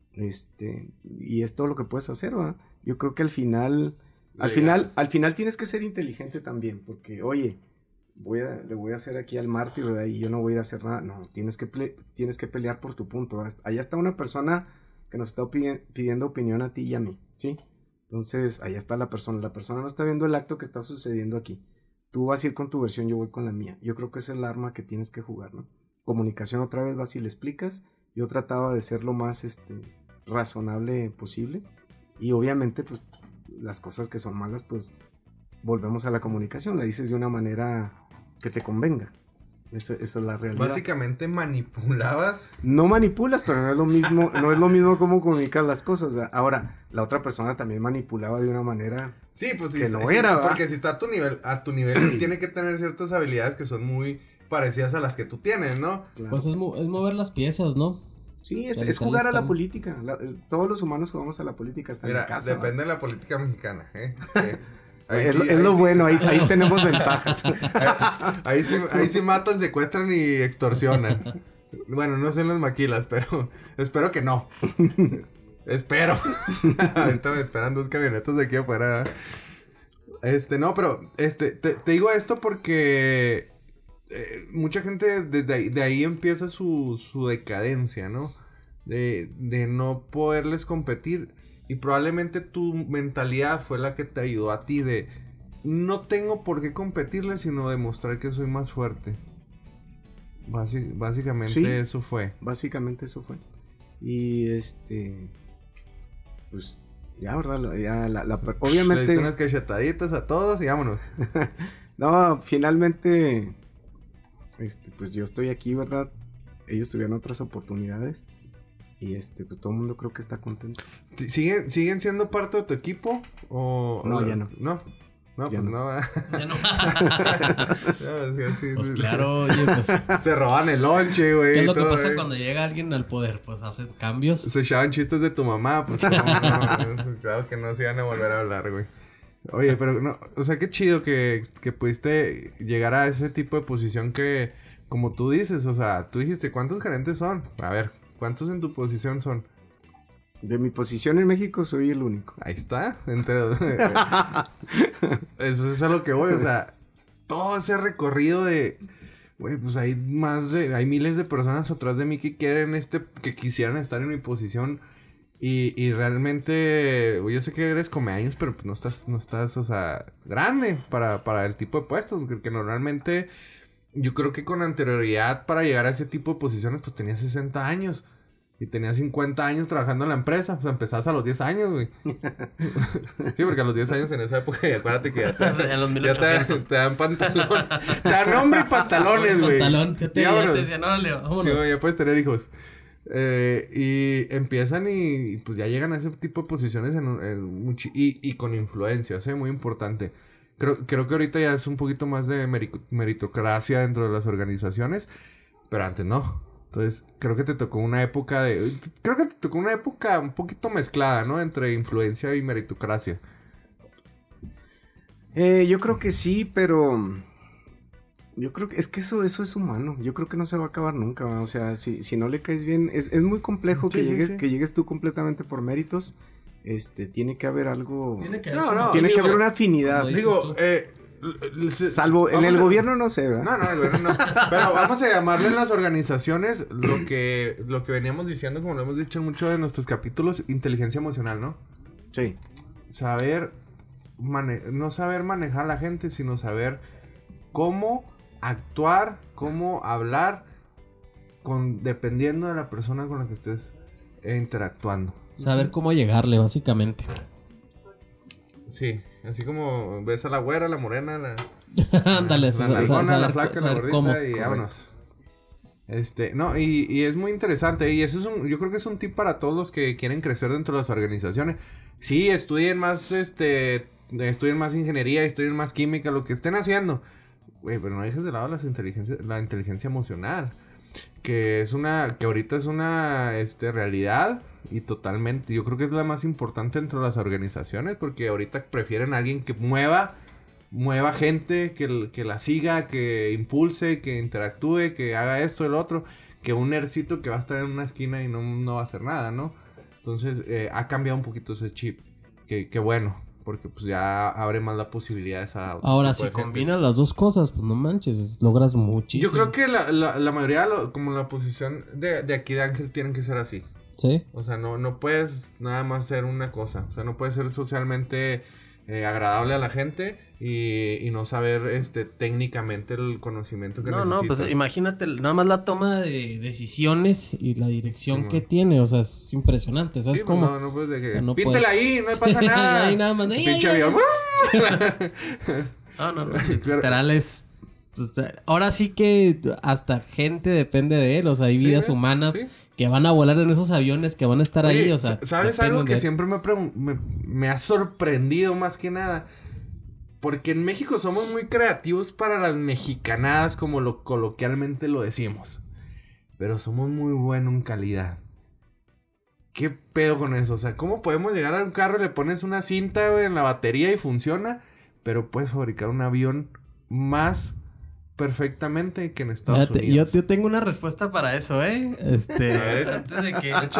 Y es todo lo que puedes hacer, ¿verdad? Yo creo que al final tienes que ser inteligente también, porque, oye, le voy a hacer aquí al mártir, ¿verdad? Y yo no voy a ir a hacer nada. No, tienes que pelear por tu punto, ¿verdad? Allá está una persona que nos está pidiendo opinión a ti y a mí, ¿sí? Entonces, allá está la persona no está viendo el acto que está sucediendo aquí. Tú vas a ir con tu versión, yo voy con la mía. Yo creo que esa es el arma que tienes que jugar, ¿no? Comunicación, otra vez vas y le explicas. Yo trataba de ser lo más razonable posible. Y obviamente, pues, las cosas que son malas, pues, volvemos a la comunicación. La dices de una manera que te convenga. Esa es la realidad. Básicamente manipulabas. No manipulas, pero no es lo mismo cómo comunicar las cosas. Ahora, la otra persona también manipulaba de una manera que no era. Porque si está a tu nivel tiene que tener ciertas habilidades que son muy parecidas a las que tú tienes, ¿no? Claro. Pues es mover las piezas, ¿no? Sí, es jugar a la política. Todos los humanos jugamos a la política hasta en la casa. Depende de la política mexicana, ¿eh? Es lo bueno, ahí tenemos ventajas. Ahí sí matan, secuestran y extorsionan. Bueno, no sé en las maquilas, pero espero que no. Espero. Ahorita me esperan 2 camionetas de aquí afuera. No, pero te digo esto porque mucha gente de ahí empieza su decadencia, ¿no? De no poderles competir. Y probablemente tu mentalidad fue la que te ayudó a ti de... No tengo por qué competirle, sino demostrar que soy más fuerte. Básicamente sí, eso fue. Básicamente eso fue. Y pues ya, ¿verdad? Ya obviamente... Le diste unas cachetaditas a todos y vámonos. No, finalmente... pues yo estoy aquí, ¿verdad? Ellos tuvieron otras oportunidades. Y pues todo el mundo creo que está contento. ¿Siguen siendo parte de tu equipo? ¿O no, ya no. ¿No? No, ya pues no. Ya no. Sí, pues claro, oye, pues... Se roban el lonche, güey. ¿Qué es lo que pasa cuando llega alguien al poder? Pues hace cambios. Se echaban chistes de tu mamá, pues no, claro que no se iban a volver a hablar, güey. Oye, pero no, o sea, qué chido que pudiste llegar a ese tipo de posición que, como tú dices, o sea, tú dijiste, ¿cuántos gerentes son? A ver, ¿cuántos en tu posición son? De mi posición en México soy el único. Ahí está. Eso es a lo que voy. O sea, todo ese recorrido de... Güey, pues hay miles de personas atrás de mí que quieren que quisieran estar en mi posición. Y realmente... Yo sé que eres comeaños, pero pues no estás, o sea, grande para el tipo de puestos. Que normalmente... Yo creo que con anterioridad para llegar a ese tipo de posiciones, pues tenías 60 años. Y tenías 50 años trabajando en la empresa. O sea, empezabas a los 10 años, güey. Sí, porque a los 10 años en esa época, acuérdate que te dan pantalón. Te dan nombre y pantalones, güey. Pantalón, ya te decían, órale, vámonos. Sí, güey, ya puedes tener hijos. Y empiezan y pues ya llegan a ese tipo de posiciones y con influencias, muy importante. Creo que ahorita ya es un poquito más de meritocracia dentro de las organizaciones, pero antes no. Entonces, creo que te tocó una época un poquito mezclada, ¿no? Entre influencia y meritocracia. Yo creo que sí, pero yo creo que eso es humano. Yo creo que no se va a acabar nunca, ¿no? O sea, si no le caes bien, es muy complejo que llegues tú completamente por méritos. Tiene que haber algo... Tiene que haber una afinidad. Digo, salvo en el gobierno no sé, ¿verdad? No, el gobierno no. Pero vamos a llamarle en las organizaciones lo que veníamos diciendo, como lo hemos dicho en muchos de nuestros capítulos, inteligencia emocional, ¿no? Sí. No saber manejar a la gente, sino saber cómo actuar, cómo hablar, dependiendo de la persona con la que estés interactuando. Saber cómo llegarle, básicamente. Sí, así como ves a la güera, la morena, la Ándale, nalgona, la flaca, la saber gordita cómo. y vámonos. No, y es muy interesante. Y eso es yo creo que es un tip para todos los que quieren crecer dentro de las organizaciones. Sí, estudien más, estudien más ingeniería, estudien más química, lo que estén haciendo. Güey, pero no dejes de lado la inteligencia emocional. Que ahorita es una, realidad. Y totalmente, yo creo que es la más importante dentro de las organizaciones. Porque ahorita prefieren a alguien que mueva gente, que la siga, que impulse, que interactúe, que haga esto, el otro, que un nercito que va a estar en una esquina y no va a hacer nada, ¿no? Entonces, ha cambiado un poquito ese chip. Que bueno, porque pues ya abre más la posibilidad de esa... Ahora, si combinas las dos cosas, pues no manches, logras muchísimo. Yo creo que la mayoría, como la posición de aquí de Ángel, tienen que ser así. Sí. O sea, no puedes nada más ser una cosa. O sea, no puedes ser socialmente agradable a la gente y no saber técnicamente el conocimiento que necesitas. No, pues imagínate nada más la toma de decisiones y la dirección que tiene, o sea, es impresionante, ¿sabes cómo? Pues no puedes de que, o sea, no píntela puedes... ahí, no pasa nada. Ahí nada más. Pinche avión. No, literal es... Pues, ahora sí que hasta gente depende de él, o sea, hay vidas humanas que van a volar en esos aviones, que van a estar ahí, o sea... ¿Sabes algo que siempre me ha sorprendido más que nada? Porque en México somos muy creativos para las mexicanadas, como coloquialmente lo decimos. Pero somos muy buenos en calidad. ¿Qué pedo con eso? O sea, ¿cómo podemos llegar a un carro y le pones una cinta, güey, en la batería y funciona? Pero puedes fabricar un avión más perfectamente que en Estados Unidos. Yo tengo una respuesta para eso, antes de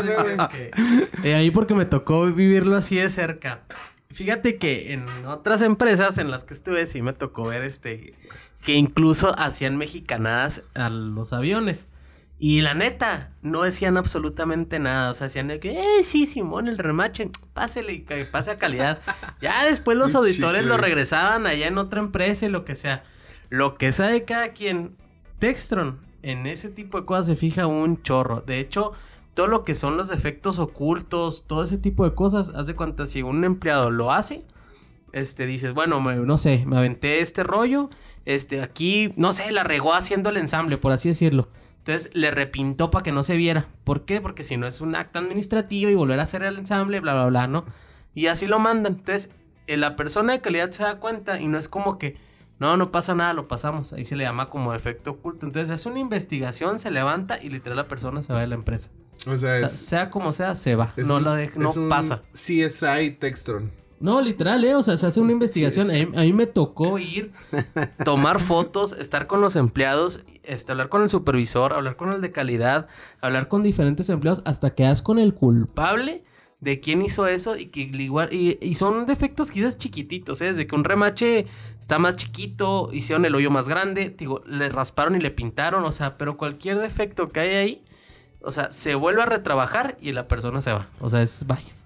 que ahí porque me tocó vivirlo así de cerca. Fíjate que en otras empresas en las que estuve sí me tocó ver que incluso hacían mexicanadas a los aviones. Y la neta, no decían absolutamente nada. O sea, hacían de que, sí, Simón, el remache, pásele y que pase a calidad. Ya después los auditores lo regresaban allá en otra empresa y lo que sea. Lo que sabe cada quien, Textron, en ese tipo de cosas se fija un chorro. De hecho, todo lo que son los efectos ocultos, todo ese tipo de cosas, haz de cuenta, si un empleado lo hace, dices, bueno, no sé, me aventé este rollo, aquí, no sé, la regó haciendo el ensamble, por así decirlo. Entonces, le repintó para que no se viera. ¿Por qué? Porque si no es un acta administrativo y volver a hacer el ensamble, bla, bla, bla, ¿no? Y así lo mandan. Entonces, la persona de calidad se da cuenta y no es como que, no pasa nada, lo pasamos. Ahí se le llama como efecto oculto. Entonces, es una investigación, se levanta y literal la persona se va de la empresa. O sea, sea como sea, se va. No pasa. CSI Textron. No, literal, o sea, se hace una investigación. A mí me tocó ir, tomar fotos, estar con los empleados, hablar con el supervisor, hablar con el de calidad, hablar con diferentes empleados, hasta que das con el culpable de quién hizo eso y que igual... Y son defectos quizás chiquititos, desde que un remache está más chiquito, hicieron el hoyo más grande, digo, le rasparon y le pintaron, o sea, pero cualquier defecto que hay ahí, o sea, se vuelve a retrabajar y la persona se va. O sea, es vice.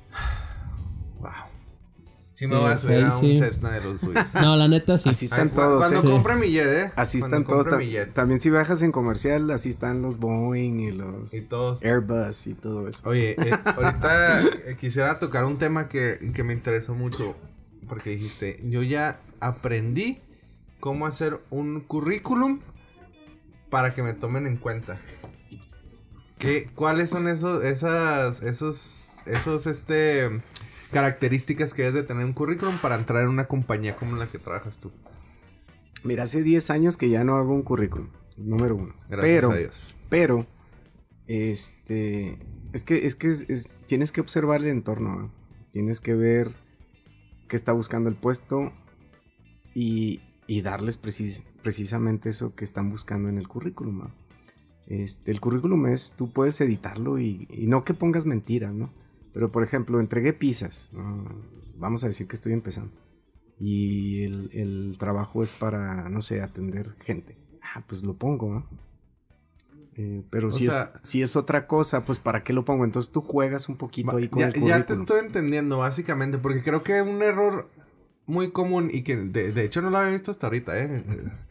Wow. Sí me voy a subir a un Cessna de los suyos. No, la neta sí. Así están todos. Cuando compre mi jet, Así están todos. También si viajas en comercial, así están los Boeing y los Airbus y todo eso. Oye, ahorita quisiera tocar un tema que me interesó mucho. Porque dijiste, yo ya aprendí cómo hacer un currículum para que me tomen en cuenta. ¿Cuáles son esas características que debes de tener un currículum para entrar en una compañía como la que trabajas tú? Mira, hace 10 años que ya no hago un currículum, número uno. Gracias a Dios. Pero, tienes que observar el entorno, ¿no? Tienes que ver qué está buscando el puesto y darles precisamente eso que están buscando en el currículum, ¿no? El currículum tú puedes editarlo y no que pongas mentiras, ¿no? Pero, por ejemplo, entregué pizzas. Vamos a decir que estoy empezando. Y el trabajo es para, no sé, atender gente. Pues lo pongo, ¿no? Pero si es otra cosa, pues ¿para qué lo pongo? Entonces tú juegas un poquito ahí con el currículum. Ya te estoy entendiendo, básicamente. Porque creo que un error muy común y que de hecho no lo había visto hasta ahorita,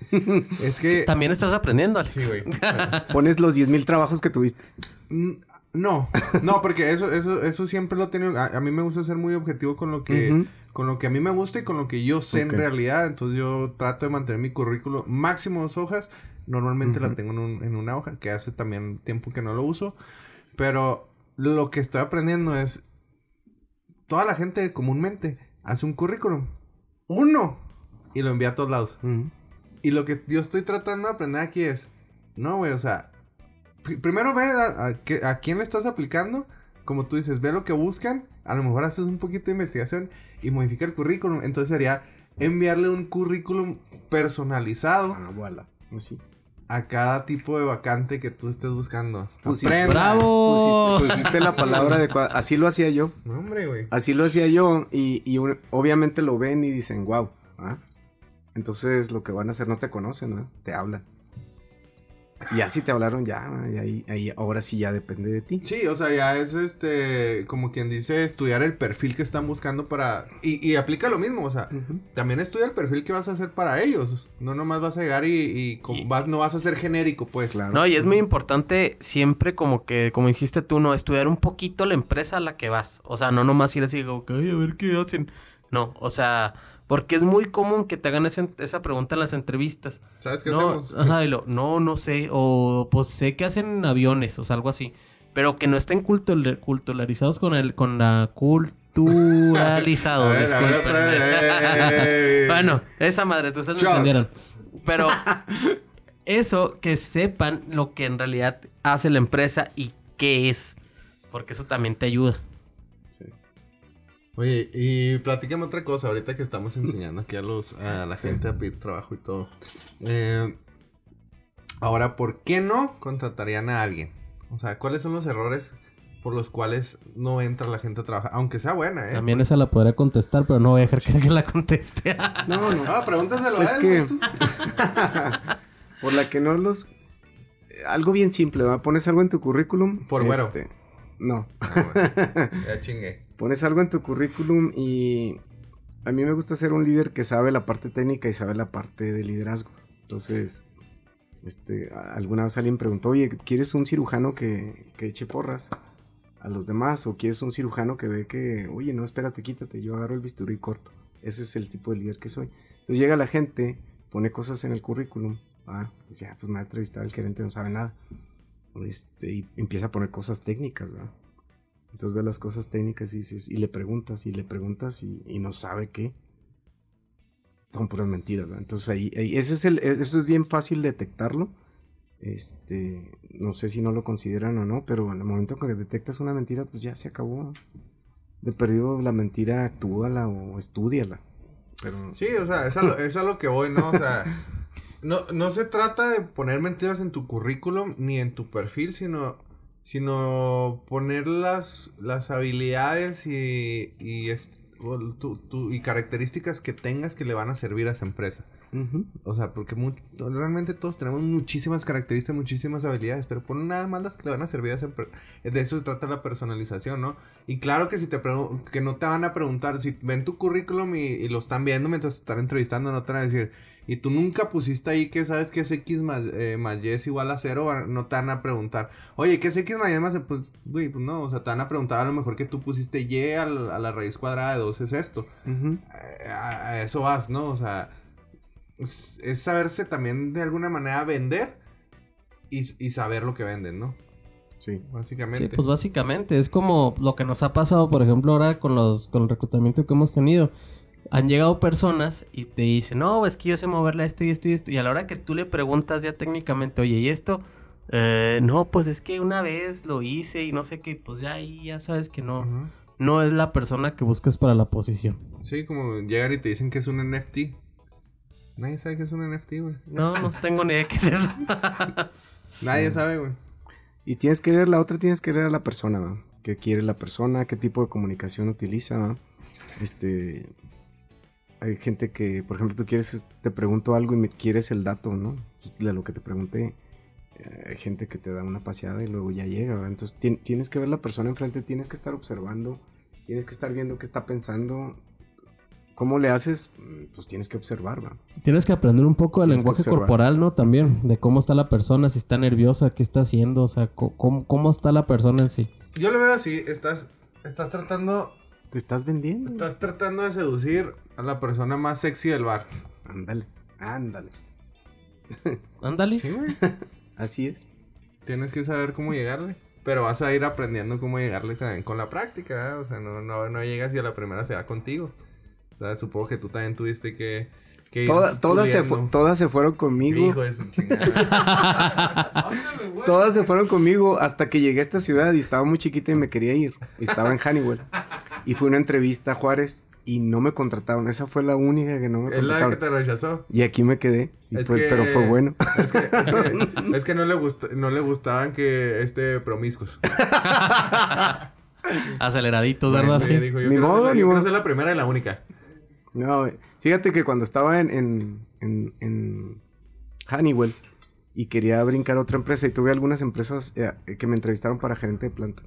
Es que... También estás aprendiendo, Alex. Sí, güey. Pones los 10,000 trabajos que tuviste. No, porque eso siempre lo he tenido. A mí me gusta ser muy objetivo con lo que, con lo que a mí me gusta y con lo que yo sé en realidad. Entonces yo trato de mantener mi currículo máximo 2 hojas. Normalmente la tengo en una hoja, que hace también tiempo que no lo uso. Pero lo que estoy aprendiendo es... Toda la gente comúnmente hace un currículum. Uno. Y lo envía a todos lados. Y lo que yo estoy tratando de aprender aquí es... No, güey, o sea... Primero ve a quién le estás aplicando. Como tú dices, ve lo que buscan. A lo mejor haces un poquito de investigación y modifica el currículum. Entonces sería enviarle un currículum personalizado. Voilà. Así. A cada tipo de vacante que tú estés buscando. ¡Bravo! Pusiste la palabra adecuada. Así lo hacía yo. No, hombre, güey. Así lo hacía yo. Y obviamente lo ven y dicen, wow. Entonces lo que van a hacer no te conocen, ¿no? Te hablan. Y así te hablaron ya, y ahí ahora sí ya depende de ti. Sí, o sea, ya es como quien dice, estudiar el perfil que están buscando para... Y aplica lo mismo, o sea, también estudia el perfil que vas a hacer para ellos. No nomás vas a llegar no vas a ser genérico, pues. Claro. No, y es muy importante siempre como dijiste tú, ¿no? Estudiar un poquito la empresa a la que vas. O sea, no nomás ir así, ok, a ver qué hacen. No, o sea... Porque es muy común que te hagan esa pregunta en las entrevistas. ¿Sabes qué hacemos? Ajá, no sé. O pues sé que hacen aviones, o sea, algo así. Pero que no estén culturalizados culturalizados. Disculpen. Bueno, esa madre, ustedes me entendieron. Pero eso, que sepan lo que en realidad hace la empresa y qué es. Porque eso también te ayuda. Oye, y platícame otra cosa, ahorita que estamos enseñando aquí a la gente a pedir trabajo y todo. Ahora, ¿por qué no contratarían a alguien? O sea, ¿cuáles son los errores por los cuales no entra la gente a trabajar? Aunque sea buena, También esa la podría contestar, pero no voy a dejar que alguien la conteste. No. Pregúntaselo Es a él. que... por la que no los... Algo bien simple, ¿va? Pones algo en tu currículum. Por güero. No. Ya chingué. Pones algo en tu currículum y a mí me gusta ser un líder que sabe la parte técnica y sabe la parte de liderazgo. Entonces, alguna vez alguien preguntó, oye, ¿quieres un cirujano que eche porras a los demás? ¿O quieres un cirujano que ve que, oye, no, espérate, quítate, yo agarro el bisturí y corto? Ese es el tipo de líder que soy. Entonces llega la gente, pone cosas en el currículum, dice, pues me ha entrevistado el gerente, no sabe nada. Y empieza a poner cosas técnicas, ¿verdad? Entonces ve las cosas técnicas y dices, y le preguntas y no sabe qué. Son puras mentiras, ¿verdad? Entonces ahí eso es bien fácil detectarlo. No sé si no lo consideran o no, pero en el momento que detectas una mentira, pues ya se acabó. De perdido la mentira, actúala o estúdiala. Pero... Sí, o sea, es a lo que voy, ¿no? O sea, no se trata de poner mentiras en tu currículum ni en tu perfil, sino poner las habilidades y características que tengas que le van a servir a esa empresa. O sea, porque realmente todos tenemos muchísimas características, muchísimas habilidades, pero pon nada más las que le van a servir a esa empresa. De eso se trata la personalización, ¿no? Y claro que que no te van a preguntar, si ven tu currículum y lo están viendo mientras te están entrevistando, no te van a decir... Y tú nunca pusiste ahí que sabes que es X más Y es igual a 0, no te van a preguntar, oye, ¿qué es X más Y más? Pues, güey, pues no, o sea, te van a preguntar a lo mejor que tú pusiste Y a la raíz cuadrada de 2 es esto. A eso vas, ¿no? O sea, es saberse también de alguna manera vender y saber lo que venden, ¿no? Sí. Básicamente. Sí, pues básicamente, es como lo que nos ha pasado, por ejemplo, ahora con el reclutamiento que hemos tenido. Han llegado personas y te dicen, no, es que yo sé moverle esto y esto y esto. Y a la hora que tú le preguntas ya técnicamente, oye, ¿y esto? No, pues es que una vez lo hice y no sé qué, pues ya ahí ya sabes que no. No es la persona que buscas para la posición. Sí, como llegan y te dicen que es un NFT. Nadie sabe que es un NFT, güey. No tengo ni idea qué es eso. Nadie sabe, güey. Y tienes que ver a la persona, ¿va? ¿Qué quiere la persona? ¿Qué tipo de comunicación utiliza? ¿Va? Hay gente que, por ejemplo, te pregunto algo y me quieres el dato, ¿no? De lo que te pregunté. Hay gente que te da una paseada y luego ya llega, ¿verdad? Entonces tienes que ver la persona enfrente, tienes que estar observando, tienes que estar viendo qué está pensando, ¿Cómo le haces? Pues tienes que observar, ¿va? Tienes que aprender un poco del Tienes que lenguaje observar. corporal, ¿no? También, de cómo está la persona, si está nerviosa, qué está haciendo, o sea, cómo está la persona en sí. Yo lo veo así, estás tratando Te estás vendiendo. de seducir a la persona más sexy del bar. Ándale. Ándale. Sí, güey. Así es. Tienes que saber cómo llegarle. Pero vas a ir aprendiendo cómo llegarle con la práctica, ¿eh? O sea, no llegas y a la primera se va contigo. O sea, supongo que tú también tuviste que ir puliendo. Todas se fueron conmigo. Hijo de su chingada. Todas se fueron conmigo hasta que llegué a esta ciudad y estaba muy chiquita y me quería ir. Estaba en Hannibal. Y fue una entrevista a Juárez y no me contrataron. Esa fue la única que no me Es la contrataron. que te rechazó. Y aquí me quedé. Y Es pues, que- pero fue bueno. Es que no le gustaban promiscuos. Aceleraditos, ¿verdad? Sí, Sí. dijo, yo Ni quiero modo, ser- ni yo quiero modo. ser la primera y la única. No, fíjate que cuando estaba en Hannibal y quería brincar a otra empresa y tuve algunas empresas que me entrevistaron para gerente de planta.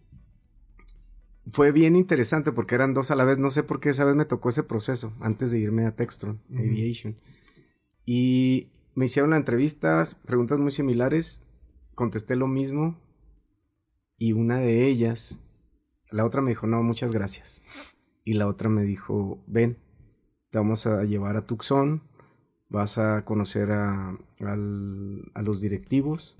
Fue bien interesante porque eran 2 a la vez. No sé por qué esa vez me tocó ese proceso antes de irme a Textron Aviation. Y me hicieron las entrevistas, preguntas muy similares. Contesté lo mismo. Y una de ellas, la otra me dijo, no, muchas gracias. Y la otra me dijo, ven, te vamos a llevar a Tucson, vas a conocer a los directivos.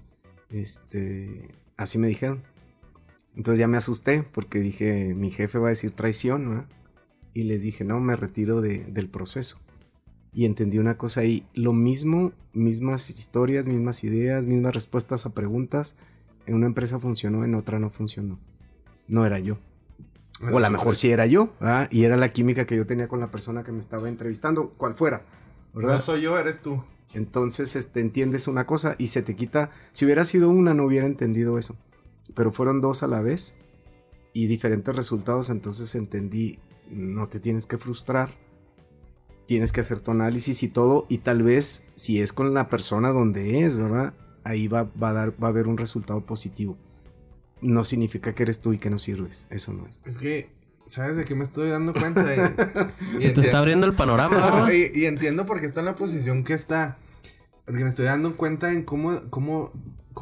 Así me dijeron. Entonces ya me asusté porque dije, mi jefe va a decir traición, ¿no? Y les dije, no, me retiro del proceso. Y entendí una cosa ahí, lo mismo, mismas historias, mismas ideas, mismas respuestas a preguntas. En una empresa funcionó, en otra no funcionó. No era yo. O a lo mejor sí era yo, ¿ah? Y era la química que yo tenía con la persona que me estaba entrevistando, cual fuera, ¿verdad? No soy yo, eres tú. Entonces, entiendes una cosa y se te quita. Si hubiera sido una, no hubiera entendido eso. Pero fueron 2 a la vez y diferentes resultados. Entonces entendí, no te tienes que frustrar. Tienes que hacer tu análisis y todo. Y tal vez, si es con la persona donde es, ¿verdad? Ahí va a haber un resultado positivo. No significa que eres tú y que no sirves. Eso no es. Es que, ¿sabes de qué me estoy dando cuenta? Se te está abriendo el panorama, No, ¿verdad? y entiendo por qué está en la posición que está. Porque me estoy dando cuenta en cómo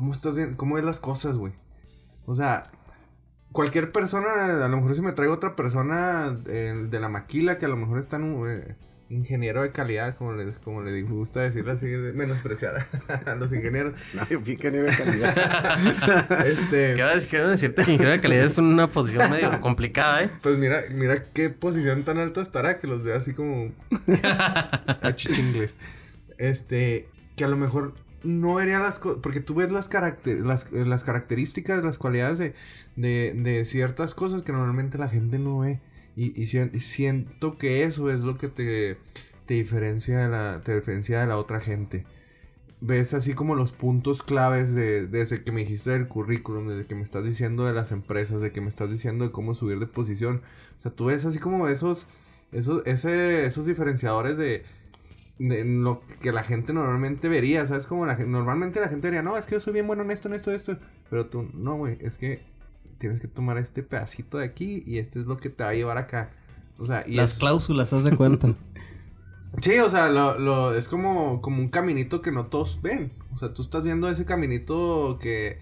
ves las cosas, güey. O sea, cualquier persona, a lo mejor si me traigo otra persona de la maquila, que a lo mejor está en un ingeniero de calidad, como le gusta decirle así, menospreciar a los ingenieros. No, yo fui ingeniero de calidad. Quiero decirte que ingeniero de calidad es una posición medio complicada, ¿eh? Pues mira qué posición tan alta estará que los vea así como achichingles. Que a lo mejor no vería las cosas, porque tú ves las características, las cualidades de ciertas cosas que normalmente la gente no ve. Y siento que eso es lo que te diferencia de la otra gente. Ves así como los puntos claves desde que me dijiste del currículum, desde que me estás diciendo de las empresas, de que me estás diciendo de cómo subir de posición. O sea, tú ves así como esos diferenciadores de lo que la gente normalmente vería, ¿sabes? Como normalmente la gente diría, no, es que yo soy bien bueno en esto. Pero tú, no, güey, es que tienes que tomar este pedacito de aquí y este es lo que te va a llevar acá. O sea, y Las cláusulas, haz de cuenta. Sí, o sea, es como un caminito que no todos ven. O sea, tú estás viendo ese caminito que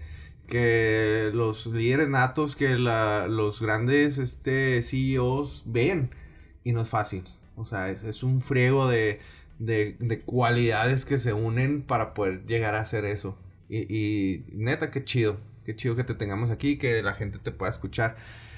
los líderes natos, que los grandes CEOs ven. Y no es fácil. O sea, es un friego de cualidades que se unen para poder llegar a hacer eso. Y neta, qué chido. Qué chido que te tengamos aquí, que la gente te pueda escuchar.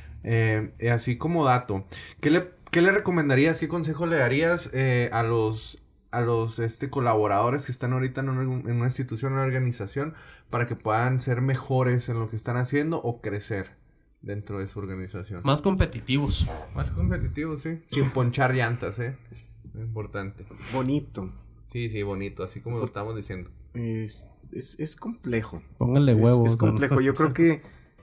Así como dato, ¿qué le recomendarías? ¿Qué consejo le darías a los colaboradores que están ahorita en una institución, en una organización, para que puedan ser mejores en lo que están haciendo o crecer dentro de su organización? Más competitivos. Más competitivos, sí. Sin ponchar llantas, Es importante. Bonito. Sí, bonito, así como lo estamos diciendo. Es complejo. Pónganle huevos. Es complejo. Yo creo que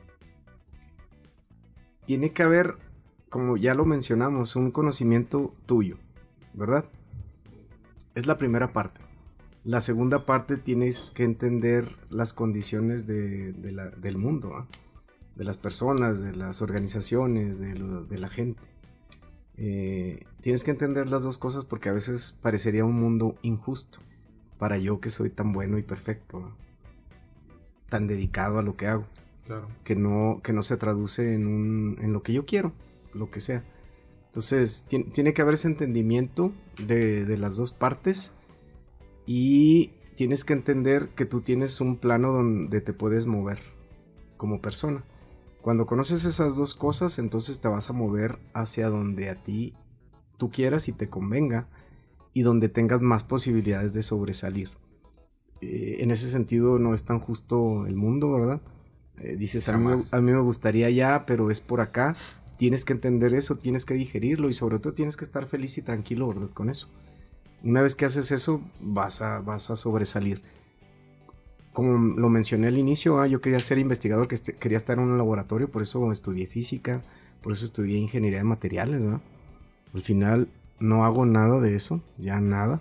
tiene que haber, como ya lo mencionamos, un conocimiento tuyo, ¿verdad? Es la primera parte. La segunda parte tienes que entender las condiciones del mundo, ¿eh? De las personas, de las organizaciones, de la gente. Tienes que entender las dos cosas porque a veces parecería un mundo injusto para yo que soy tan bueno y perfecto, ¿no? Tan dedicado a lo que hago. Claro. Que no se traduce en lo que yo quiero, lo que sea. Entonces, tiene que haber ese entendimiento de las dos partes y tienes que entender que tú tienes un plano donde te puedes mover como persona. Cuando conoces esas dos cosas, entonces te vas a mover hacia donde a ti tú quieras y te convenga y donde tengas más posibilidades de sobresalir. En ese sentido no es tan justo el mundo, ¿verdad? Dices, a mí me gustaría ya, pero es por acá. Tienes que entender eso, tienes que digerirlo y sobre todo tienes que estar feliz y tranquilo, ¿verdad? Con eso. Una vez que haces eso, vas a sobresalir. Como lo mencioné al inicio, yo quería ser investigador, quería estar en un laboratorio, por eso estudié física, por eso estudié ingeniería de materiales, ¿no? Al final no hago nada de eso, ya nada.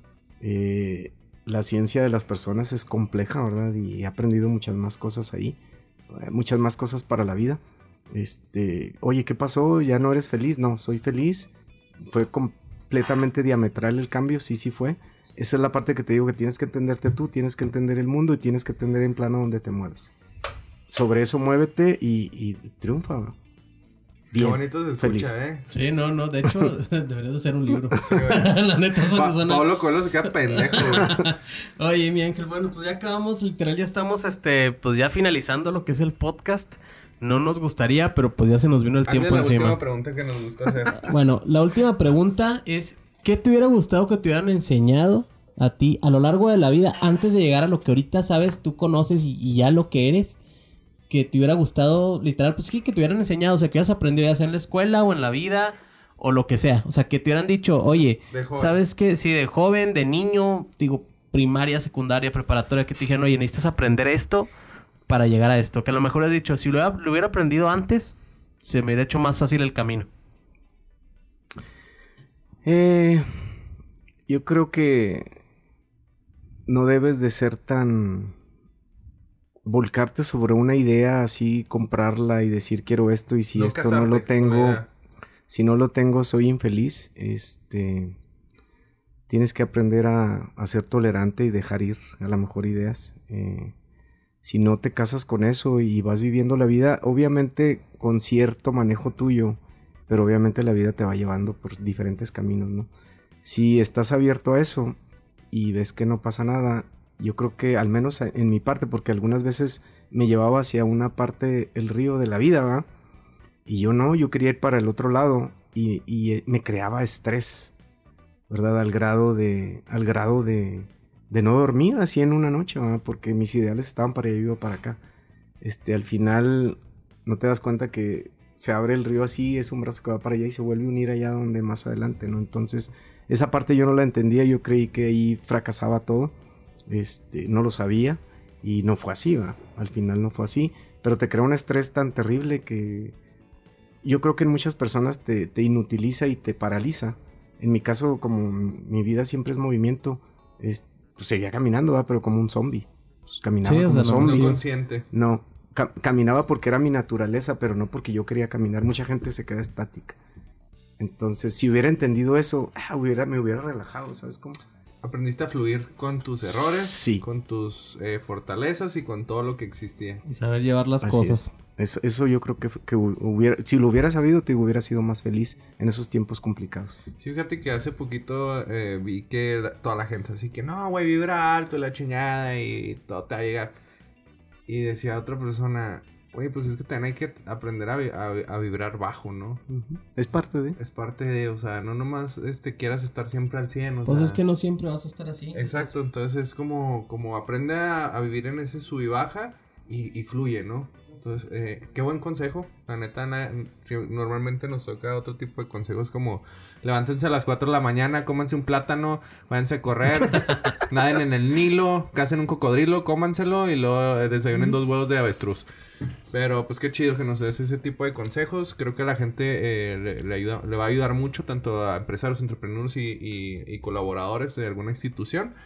La ciencia de las personas es compleja, ¿verdad? Y he aprendido muchas más cosas ahí, muchas más cosas para la vida. Oye, ¿qué pasó? ¿Ya no eres feliz? No, soy feliz. Fue completamente diametral el cambio, sí fue. Esa es la parte que te digo que tienes que entenderte tú, tienes que entender el mundo y tienes que entender el plano donde te mueves. Sobre eso muévete y triunfa, ¿no? Bien, qué bonito se escucha, feliz. Sí, no, de hecho, deberías de hacer un libro. La neta, suena... Pablo Coelho se queda pendejo. Oye, mi Ángel, bueno, pues ya acabamos, literal, Ya estamos, pues ya finalizando lo que es el podcast. No nos gustaría, pero pues ya se nos vino el tiempo la encima. última pregunta que nos gusta hacer. Bueno, la última pregunta es, ¿qué te hubiera gustado que te hubieran enseñado a ti a lo largo de la vida antes de llegar a lo que ahorita sabes, tú conoces y ya lo que eres? Que te hubiera gustado, literal, pues sí, que te hubieran enseñado, o sea, que hubieras aprendido ya sea en la escuela o en la vida o lo que sea. O sea, que te hubieran dicho, oye, ¿sabes qué? Si de joven, de niño, digo, primaria, secundaria, preparatoria, que te dijeron, oye, necesitas aprender esto para llegar a esto. Que a lo mejor has dicho, si lo hubiera aprendido antes, se me hubiera hecho más fácil el camino. Yo creo que no debes de ser tan... volcarte sobre una idea así, comprarla y decir quiero esto y si No esto casarte no lo con tengo, la idea. si no lo tengo soy infeliz. Tienes que aprender a ser tolerante y dejar ir a lo mejor ideas. Si no te casas con eso y vas viviendo la vida, obviamente con cierto manejo tuyo, pero obviamente la vida te va llevando por diferentes caminos, ¿no? Si estás abierto a eso y ves que no pasa nada, yo creo que al menos en mi parte, porque algunas veces me llevaba hacia una parte el río de la vida, ¿verdad? Y yo quería ir para el otro lado y me creaba estrés, ¿verdad? Al grado de no dormir así en una noche, ¿verdad? Porque mis ideales estaban para allá y yo para acá. Al final no te das cuenta que se abre el río así, es un brazo que va para allá y se vuelve a unir allá donde más adelante, ¿no? Entonces esa parte yo no la entendía, yo creí que ahí fracasaba todo. No lo sabía y no fue así, ¿va? Al final no fue así, pero te crea un estrés tan terrible que yo creo que en muchas personas te inutiliza y te paraliza. En mi caso, como mi vida siempre es movimiento, pues seguía caminando, ¿va? Pero como un zombie. Pues caminaba como un zombie. No consciente. No, caminaba porque era mi naturaleza, pero no porque yo quería caminar. Mucha gente se queda estática. Entonces, si hubiera entendido eso, me hubiera relajado, ¿sabes cómo? Aprendiste a fluir con tus errores, sí, con tus fortalezas y con todo lo que existía. Y saber llevar las así cosas. Eso yo creo que si lo hubiera sabido, te hubiera sido más feliz en esos tiempos complicados. Sí, fíjate que hace poquito vi que toda la gente así que no, güey, vibra alto, la chingada y todo te va a llegar. Y decía otra persona, güey, pues es que también hay que aprender a vibrar bajo, ¿no? Uh-huh. Es parte de... Es parte de, o sea, no nomás quieras estar siempre al 100, pues sea, es que no siempre vas a estar así. Exacto, entonces es como aprende a vivir en ese sub y baja y fluye, ¿no? Entonces, qué buen consejo. La neta, normalmente nos toca otro tipo de consejos como levántense a las 4 de la mañana, cómanse un plátano, váyanse a correr, naden en el Nilo, cacen un cocodrilo, cómanselo y luego desayunen 2 huevos de avestruz. Pero pues qué chido que nos des ese tipo de consejos. Creo que a la gente le va a ayudar mucho, tanto a empresarios, entrepreneurs y colaboradores de alguna institución.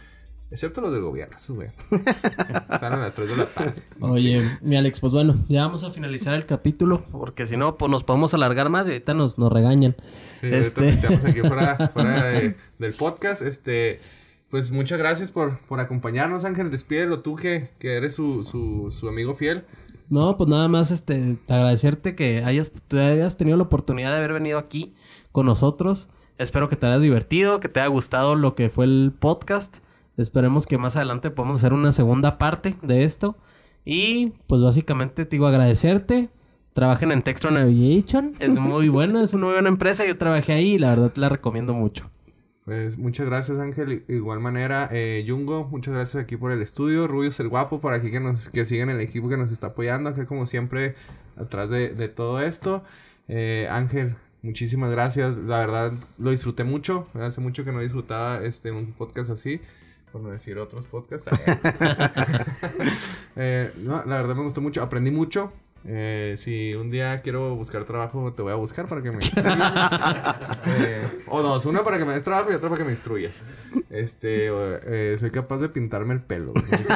Excepto los del gobierno, esos güey. Salen a las 3 de la tarde. Oye, mi Alex, pues bueno, ya vamos a finalizar el capítulo, porque si no, pues nos podemos alargar más y ahorita nos regañan. Sí, ahorita estamos aquí fuera del podcast. Pues muchas gracias por acompañarnos, Ángel. Despídelo tú, que eres su amigo fiel. No, pues nada más agradecerte que te hayas tenido la oportunidad de haber venido aquí con nosotros. Espero que te hayas divertido, que te haya gustado lo que fue el podcast. Esperemos que más adelante podamos hacer una segunda parte de esto. Y pues básicamente te digo agradecerte. Trabajen en Textron Aviation. Es muy buena, es una muy buena empresa. Yo trabajé ahí y la verdad la recomiendo mucho. Pues muchas gracias, Ángel. Igual manera, Jungo, muchas gracias aquí por el estudio. Rubius el Guapo, por aquí que siguen el equipo que nos está apoyando. Aquí como siempre, atrás de todo esto. Ángel, muchísimas gracias. La verdad, lo disfruté mucho. Hace mucho que no disfrutaba un podcast así. Por no decir otros podcasts. No, la verdad me gustó mucho. Aprendí mucho. Si un día quiero buscar trabajo, te voy a buscar para que me instruyas. O dos, una para que me des trabajo y otra para que me instruyas. Soy capaz de pintarme el pelo.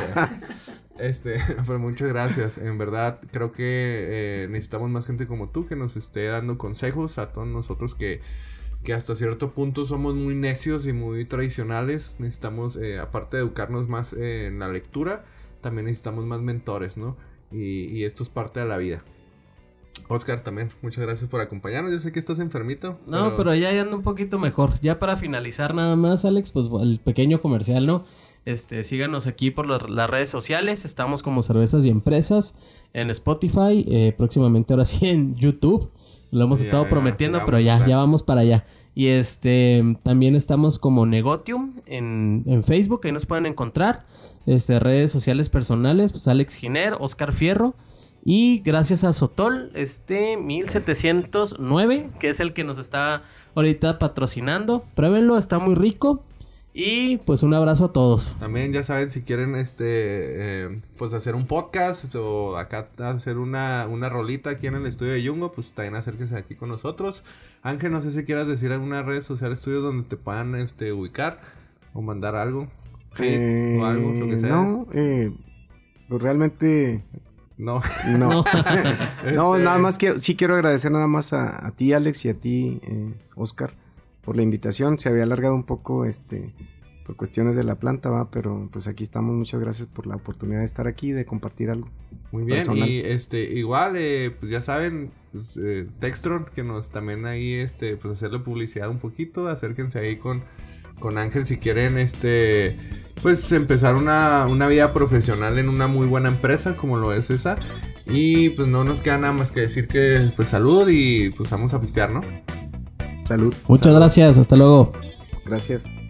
Pero muchas gracias. En verdad, creo que necesitamos más gente como tú que nos esté dando consejos a todos nosotros que hasta cierto punto somos muy necios y muy tradicionales. Necesitamos, aparte de educarnos más en la lectura, también necesitamos más mentores, ¿no? Y esto es parte de la vida. Oscar, también, muchas gracias por acompañarnos. Yo sé que estás enfermito. No, pero ya ando un poquito mejor. Ya para finalizar nada más, Alex, pues el pequeño comercial, ¿no? Síganos aquí por las redes sociales. Estamos como Cervezas y Empresas en Spotify. Próximamente ahora sí en YouTube. Lo hemos estado prometiendo, pero ya vamos para allá. Y también estamos como Negotium en Facebook. Ahí nos pueden encontrar. Redes sociales personales, pues Alex Giner, Oscar Fierro. Y gracias a Sotol, 1709, que es el que nos está ahorita patrocinando. Pruébenlo, está muy rico. Y pues un abrazo a todos. También ya saben, si quieren pues hacer un podcast o acá hacer una rolita aquí en el estudio de Jungo, pues también acérquense aquí con nosotros. Ángel, no sé si quieras decir algunas redes sociales tuyas donde te puedan ubicar o mandar algo. O algo, lo que sea. No, pues realmente no. No, nada más quiero agradecer nada más a ti, Alex, y a ti, Oscar, por la invitación. Se había alargado un poco por cuestiones de la planta, pero pues aquí estamos. Muchas gracias por la oportunidad de estar aquí y de compartir algo. Muy bien, personal. Y igual, pues ya saben, pues, Textron, que nos también ahí, pues hacerle publicidad un poquito. Acérquense ahí con Ángel si quieren, pues empezar una vida profesional en una muy buena empresa como lo es esa. Y pues no nos queda nada más que decir que pues salud y pues vamos a pistear, ¿no? Salud. Muchas gracias, hasta luego. Gracias.